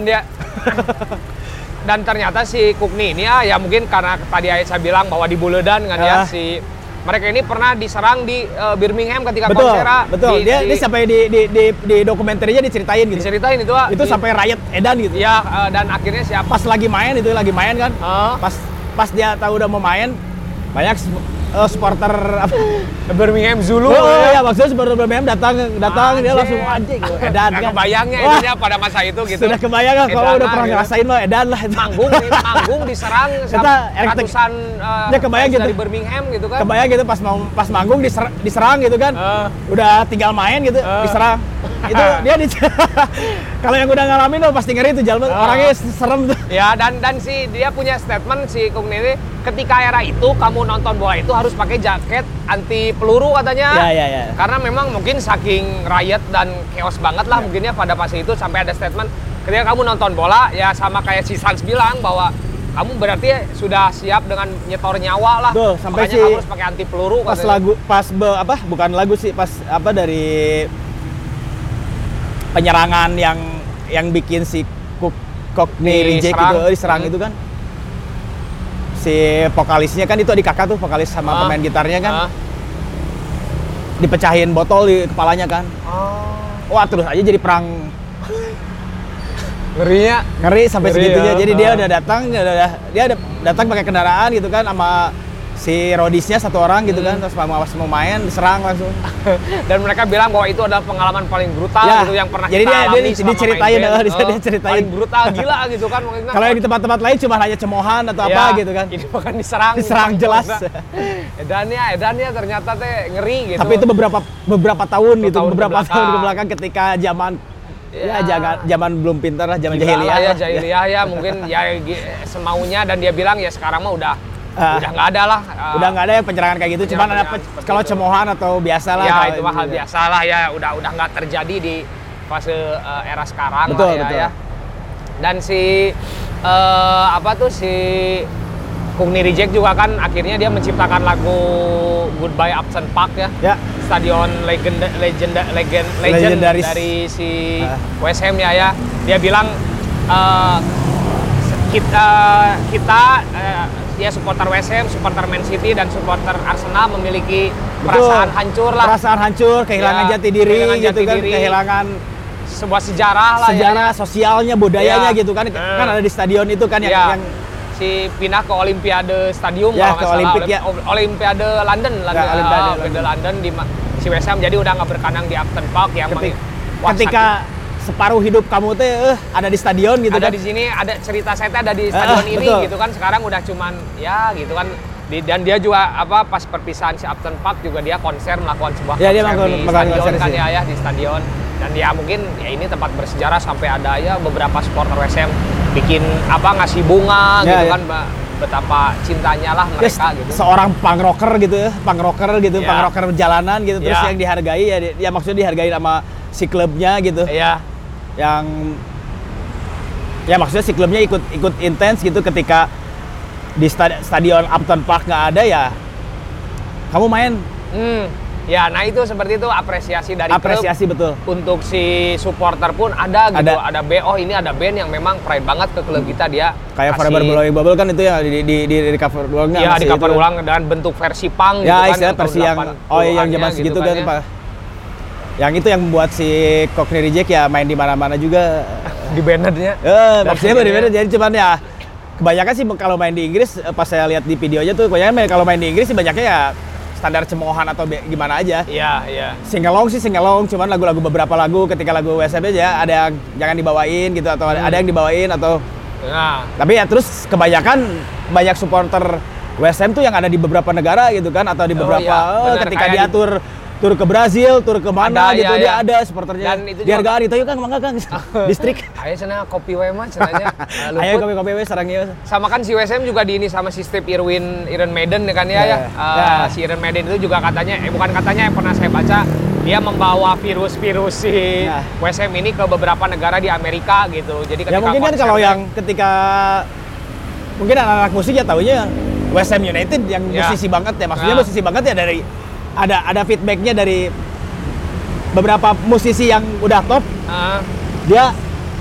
Dan ternyata si Cookney ini ya mungkin karena tadi saya bilang bahwa di Buledan kan ya si mereka ini pernah diserang di Birmingham ketika konser. Betul. Dia sampai di dokumenternya diceritain gitu. Diceritain itu, itu sampai riot edan gitu. Ya, dan akhirnya siapa? Pas lagi main kan. Pas dia tahu udah mau main, banyak supporter Birmingham Zulu. Ya maksudnya supporter Birmingham datang dia langsung anjing edan kan. Kebayangnya itunya pada masa itu gitu. Sudah kebayang kan kalau udah pernah ngerasain mah edan lah. Manggung diserang sama ratusan kebayang gitu dari Birmingham gitu kan. Kebayang gitu pas manggung diserang gitu kan. Udah tinggal main gitu diserang. Itu dia kalau yang udah ngalamin tuh pasti ngeri tuh jalan orangnya serem tuh. Ya dan dia punya statement si Cookney ini ketika era itu kamu nonton bola itu harus pakai jaket anti peluru katanya. Ya. Karena memang mungkin saking riot dan chaos banget lah mungkinnya pada fase itu sampai ada statement ketika kamu nonton bola ya sama kayak si Sans bilang bahwa kamu berarti sudah siap dengan nyetor nyawa lah. Tuh, sampai makanya kamu harus pakai anti peluru pas katanya. bukan lagu sih pas dari penyerangan yang bikin si Cookney Reject itu diserang itu kan. Si vokalisnya kan itu adik kakak tuh vokalis sama pemain gitarnya kan dipecahin botol di kepalanya kan. Wah terus aja jadi perang ngeri sampai segitunya. Jadi dia udah datang pakai kendaraan gitu kan sama si rodisnya satu orang gitu kan terus mau main diserang langsung. Dan mereka bilang bahwa itu adalah pengalaman paling brutal gitu yang pernah jadi kita alami dia diceritain dia ceritain paling brutal gila gitu kan. Kalau yang di tempat-tempat lain cuma hanya cemohan atau apa gitu kan. Ini bahkan diserang jelas. Edannya ternyata teh ngeri gitu. Tapi itu beberapa tahun gitu, beberapa tahun ke belakang ketika zaman zaman belum pintar lah, zaman jahiliyah ya mungkin ya semaunya dan dia bilang ya sekarang mah udah nggak ada lah. Udah nggak ada ya penyerangan kayak gitu, cuman ada kalau cemohan atau biasa lah. Ya itu mah hal biasa lah ya, udah nggak terjadi di fase era sekarang betul. Ya. Dan si si Cookney Reject juga kan akhirnya dia menciptakan lagu Goodbye Upton Park ya. Stadion legend dari si West Ham ya. Dia bilang kita ya supporter West Ham, supporter Man City dan supporter Arsenal memiliki perasaan hancur lah. Perasaan hancur, kehilangan jati diri gitu kan, kehilangan sebuah sejarah lah sejarah sosialnya, budayanya gitu kan. Kan ada di stadion itu kan yang si pindah ke Olimpiade Stadium ya, kalau nggak salah. Olimpiade London, Olimpiade London di si West Ham jadi udah nggak berkandang di Upton Park yang ketika separuh hidup kamu teh ada di stadion gitu ada kan. Di sini ada cerita saya ada di stadion ini betul. gitu kan, sekarang udah cuman ya gitu kan. Dan dia juga pas perpisahan si Upton Park juga dia konser melakukan sebuah konser dia di stadion kan ya di stadion. Dan dia mungkin ya ini tempat bersejarah sampai ada ya beberapa supporter West Ham bikin ngasih bunga gitu kan, betapa cintanya lah mereka gitu. Seorang punk rocker gitu, punk rocker jalanan gitu, terus yang dihargai ya maksudnya dihargai sama si klubnya gitu. Iya. Yang ya maksudnya si klubnya ikut intens gitu ketika di stadion Upton Park nggak ada ya kamu main. Ya, nah itu seperti itu apresiasi dari apresiasi klub. Betul. Untuk si supporter pun ada gitu, ada ini ada band yang memang pride banget ke klub kita, dia kayak Forever Blowing Bubble kan itu ya di cover ulang. Iya, di cover ulang dan bentuk versi punk ya, gitu kan. Ya, versi yang zaman segitu kan ya. Pak. Yang itu yang membuat si Cockney Reject ya main di mana-mana juga di bannernya. Maksudnya di banner jadi cuman ya kebanyakan sih kalau main di Inggris pas saya lihat di videonya tuh kebanyakan kalau main di Inggris sih banyaknya ya standar cemoohan atau gimana aja. Iya. Singalong, cuman lagu-lagu beberapa lagu ketika lagu WSM aja ada yang jangan dibawain gitu atau ada yang dibawain atau. Nah. Tapi ya terus kebanyakan banyak supporter WSM tuh yang ada di beberapa negara gitu kan atau di beberapa ketika dia tur ke Brazil, tur ke mana gitu dia ada supporternya. Dihargaan itu yuk Kang, mangga Kang. Distrik. Ayo cenah kopi we mah cenanya. Ayo kopi we sareng ieu. Sama kan si WSM juga di ini sama si Steve Iron Maiden kan ya. Si Iron Maiden itu juga katanya bukan katanya yang pernah saya baca, dia membawa virus-virus si WSM ini ke beberapa negara di Amerika gitu. Jadi ketika mungkin kan kalau yang ketika mungkin anak-anak musik ya taunya WSM United yang musisi banget ya. Maksudnya musisi banget ya dari ada feedbacknya dari beberapa musisi yang udah top. Dia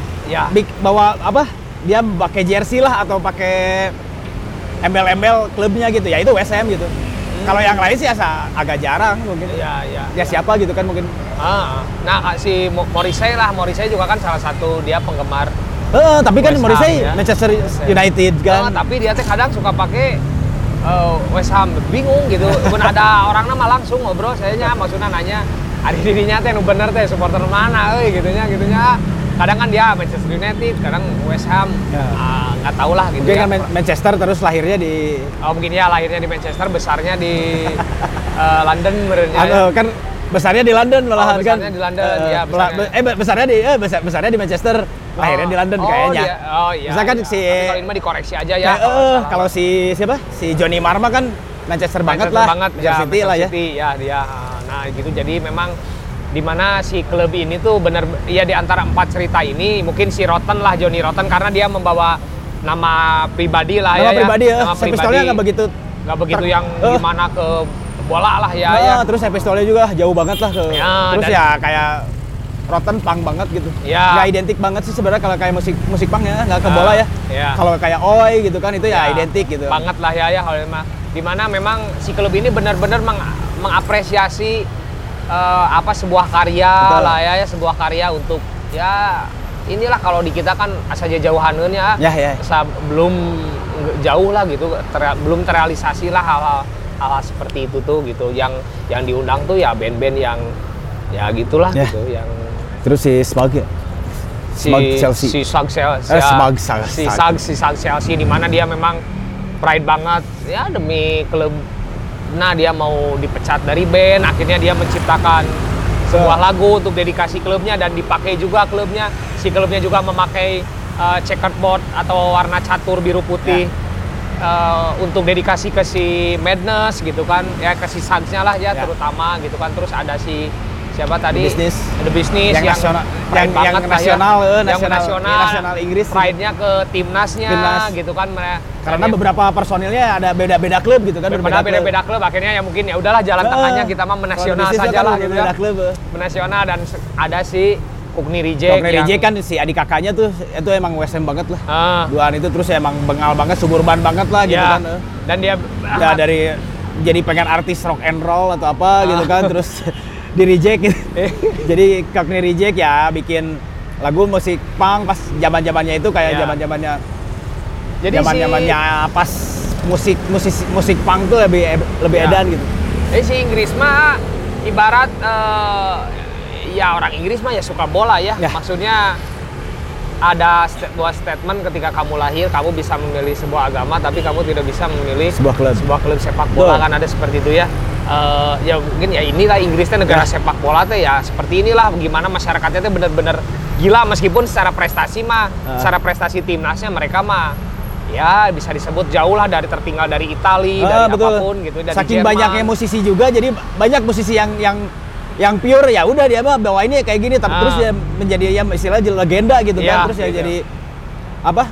bawa dia pakai jersey lah atau pakai embel-embel klubnya gitu ya, itu WSM gitu. Kalau yang lain sih agak jarang mungkin. Ya siapa gitu kan mungkin. Nah si Morrissey juga kan salah satu dia penggemar. Tapi kan Morrissey Manchester United kan. Tapi dia kadang suka pakai West Ham, bingung gitu. Pun ada orang nama langsung ngobrol, sayanya maksudnya nanya, "Ari dirinya teh nu bener teh supporter mana gitunya. Kadang kan dia Manchester United, kadang West Ham. Nggak tahu lah gitu. Mungkin kan Manchester terus lahirnya di mungkin ya lahirnya di Manchester, besarnya di London benernya. Kan besarnya di London malahan kan. Besarnya di London ya. Besarnya di Manchester, lahirnya di London kayaknya. Misalkan si kalau ini mah dikoreksi aja ya. Kalau si siapa? Si Johnny Marma kan Manchester banget lah. City lah ya. Ya dia. Nah, gitu jadi memang di mana si klub ini tuh benar ya di antara 4 cerita ini mungkin si Rotten lah, Johnny Rotten, karena dia membawa nama pribadi lah nama pribadi ya. Nama pribadi. Pistolnya nggak begitu yang gimana ke bola lah ya. Terus pistolnya juga jauh banget lah ke. Terus ya kayak Rotten punk banget gitu. Nggak identik banget sih sebenarnya kalau kayak musik punk ya, nggak ke bola ya. Kalau kayak Oi gitu kan itu ya identik gitu. Banget lah ya kalau memang dimana memang si klub ini benar-benar mengapresiasi sebuah karya. Betul. Lah ya sebuah karya untuk ya inilah kalau di kita kan asa jauhaneun ya. Belum jauh lah gitu, belum terrealisasi lah hal seperti itu tuh gitu. Yang diundang tuh ya band-band yang ya gitulah gitu yang terus si Smug ya. Si Sug Chelsea di mana dia memang pride banget ya demi klub. Nah, dia mau dipecat dari band, akhirnya dia menciptakan sebuah lagu untuk dedikasi klubnya dan dipakai juga klubnya. Si klubnya juga memakai checkerboard atau warna catur biru putih untuk dedikasi ke si Madness gitu kan. Ya ke si Suns-nya lah ya terutama gitu kan. Terus ada si siapa tadi? The Business yang nasional Inggris. Pride-nya ke timnasnya gitu kan. Karena beberapa personilnya ada beda-beda klub gitu kan. Beda-beda klub akhirnya ya mungkin ya udahlah jalan tengahnya kita mah menasional saja lah gitu ya. Menasional dan ada si Kukni Reject. Kukni Reject kan si adik kakaknya tuh itu emang WSM banget lah. Duaan itu terus emang bengal banget, suburban banget lah gitu kan. Dan dia ya dari jadi pengen artis rock and roll atau apa gitu kan, terus di reject gitu. Jadi Kukni Reject ya bikin lagu musik punk pas zaman-zamannya itu kayak zaman-zamannya pas musik punk tuh lebih edan gitu. Jadi si Inggris mah ibarat ya orang Inggris mah ya suka bola ya. Maksudnya ada dua statement ketika kamu lahir, kamu bisa memilih sebuah agama, tapi kamu tidak bisa memilih sebuah klub sepak bola. Kan ada seperti itu ya. Ya mungkin ya inilah Inggris teh negara sepak bola teh ya seperti inilah, gimana masyarakatnya teh bener-bener gila, meskipun secara prestasi mah, secara prestasi timnasnya mereka mah ya bisa disebut jauh lah dari tertinggal dari Italia, dari betul. apapun gitu. Dari saking Jerman. banyaknya musisi juga, jadi banyak musisi yang pure ya udah dia mah bawainnya kayak gini, tapi terus dia menjadi ya istilahnya legenda gitu kan, terus ya jadi apa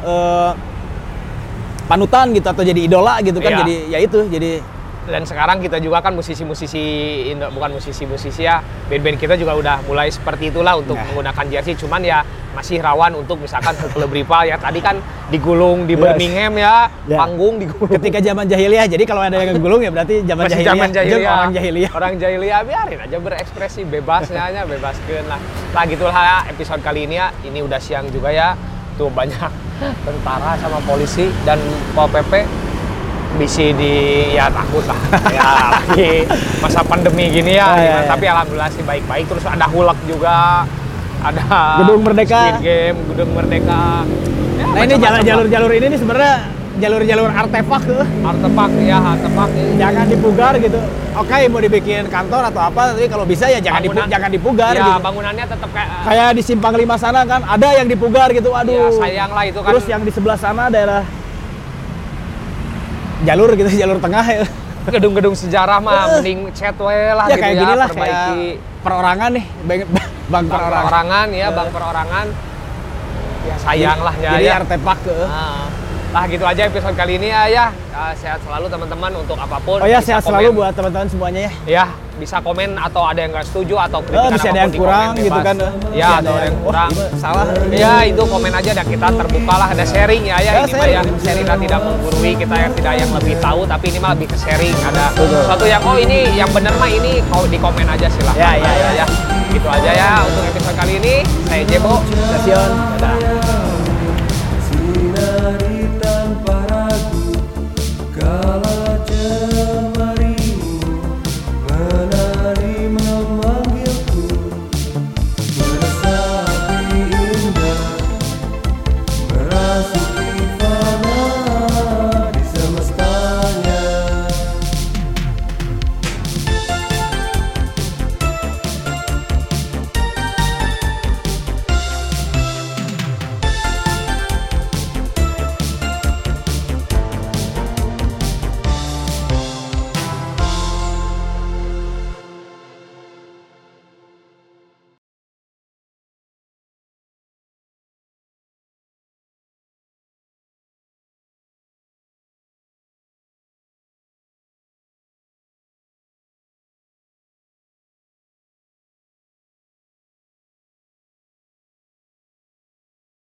panutan gitu atau jadi idola gitu kan, jadi ya itu jadi. Dan sekarang kita juga kan musisi-musisi, bukan musisi-musisi ya, band-band kita juga udah mulai seperti itulah untuk menggunakan jersey, cuman ya masih rawan untuk misalkan ke klub rival ya, tadi kan digulung di Birmingham ya, panggung digulung. Ketika zaman jahiliyah, jadi kalau ada yang gulung ya berarti zaman jahiliyah. Orang jahiliyah biarin aja berekspresi bebasnya aja, bebaskeun lah. Lah gitulah ya episode kali ini ya, ini udah siang juga ya, tuh banyak tentara sama polisi dan Pol PP. Bisa ya takut lah ya lagi masa pandemi gini ya, tapi alhamdulillah sih baik-baik. Terus ada Hulk juga, ada Gedung Merdeka, Squid Game, Gedung Merdeka ya, nah ini jalur-jalur ini nih sebenarnya jalur-jalur artefak ya, jangan dipugar gitu. Oke, mau dibikin kantor atau apa, tapi kalau bisa ya jangan dipugar ya, gitu. bangunannya tetap kayak di Simpang 5 sana kan ada yang dipugar gitu, aduh ya, sayang lah itu kan. Terus yang di sebelah sana daerah jalur tengah ya. Gedung-gedung sejarah mah mending cat we lah ya, gitu kayak ya, gini lah, perbaiki. kayak perorangan nih, bang perorangan ya, bang perorangan. Ya sayang lah ya. Jadi artefak ke. Lah gitu aja episode kali ini ya. Sehat selalu teman-teman untuk apapun. Oh ya, sehat selalu buat teman-teman semuanya ya. Ya, bisa komen atau ada yang nggak setuju atau kritikan bisa ada yang kurang gitu kan. Ya, ada yang kurang. Salah. Ya, itu komen aja dan kita terbuka lah, ada sharing ya. Ini mah ya sharing lah, tidak menggurui, kita yang tidak yang lebih tahu, tapi ini mah lebih ke sharing. Ada sesuatu yang ini yang benar mah ini kau di komen aja silahkan. Ya. Gitu aja ya untuk episode kali ini. Saya Jebo. Stasiun. Dadah. Sinari tanpa ragu kala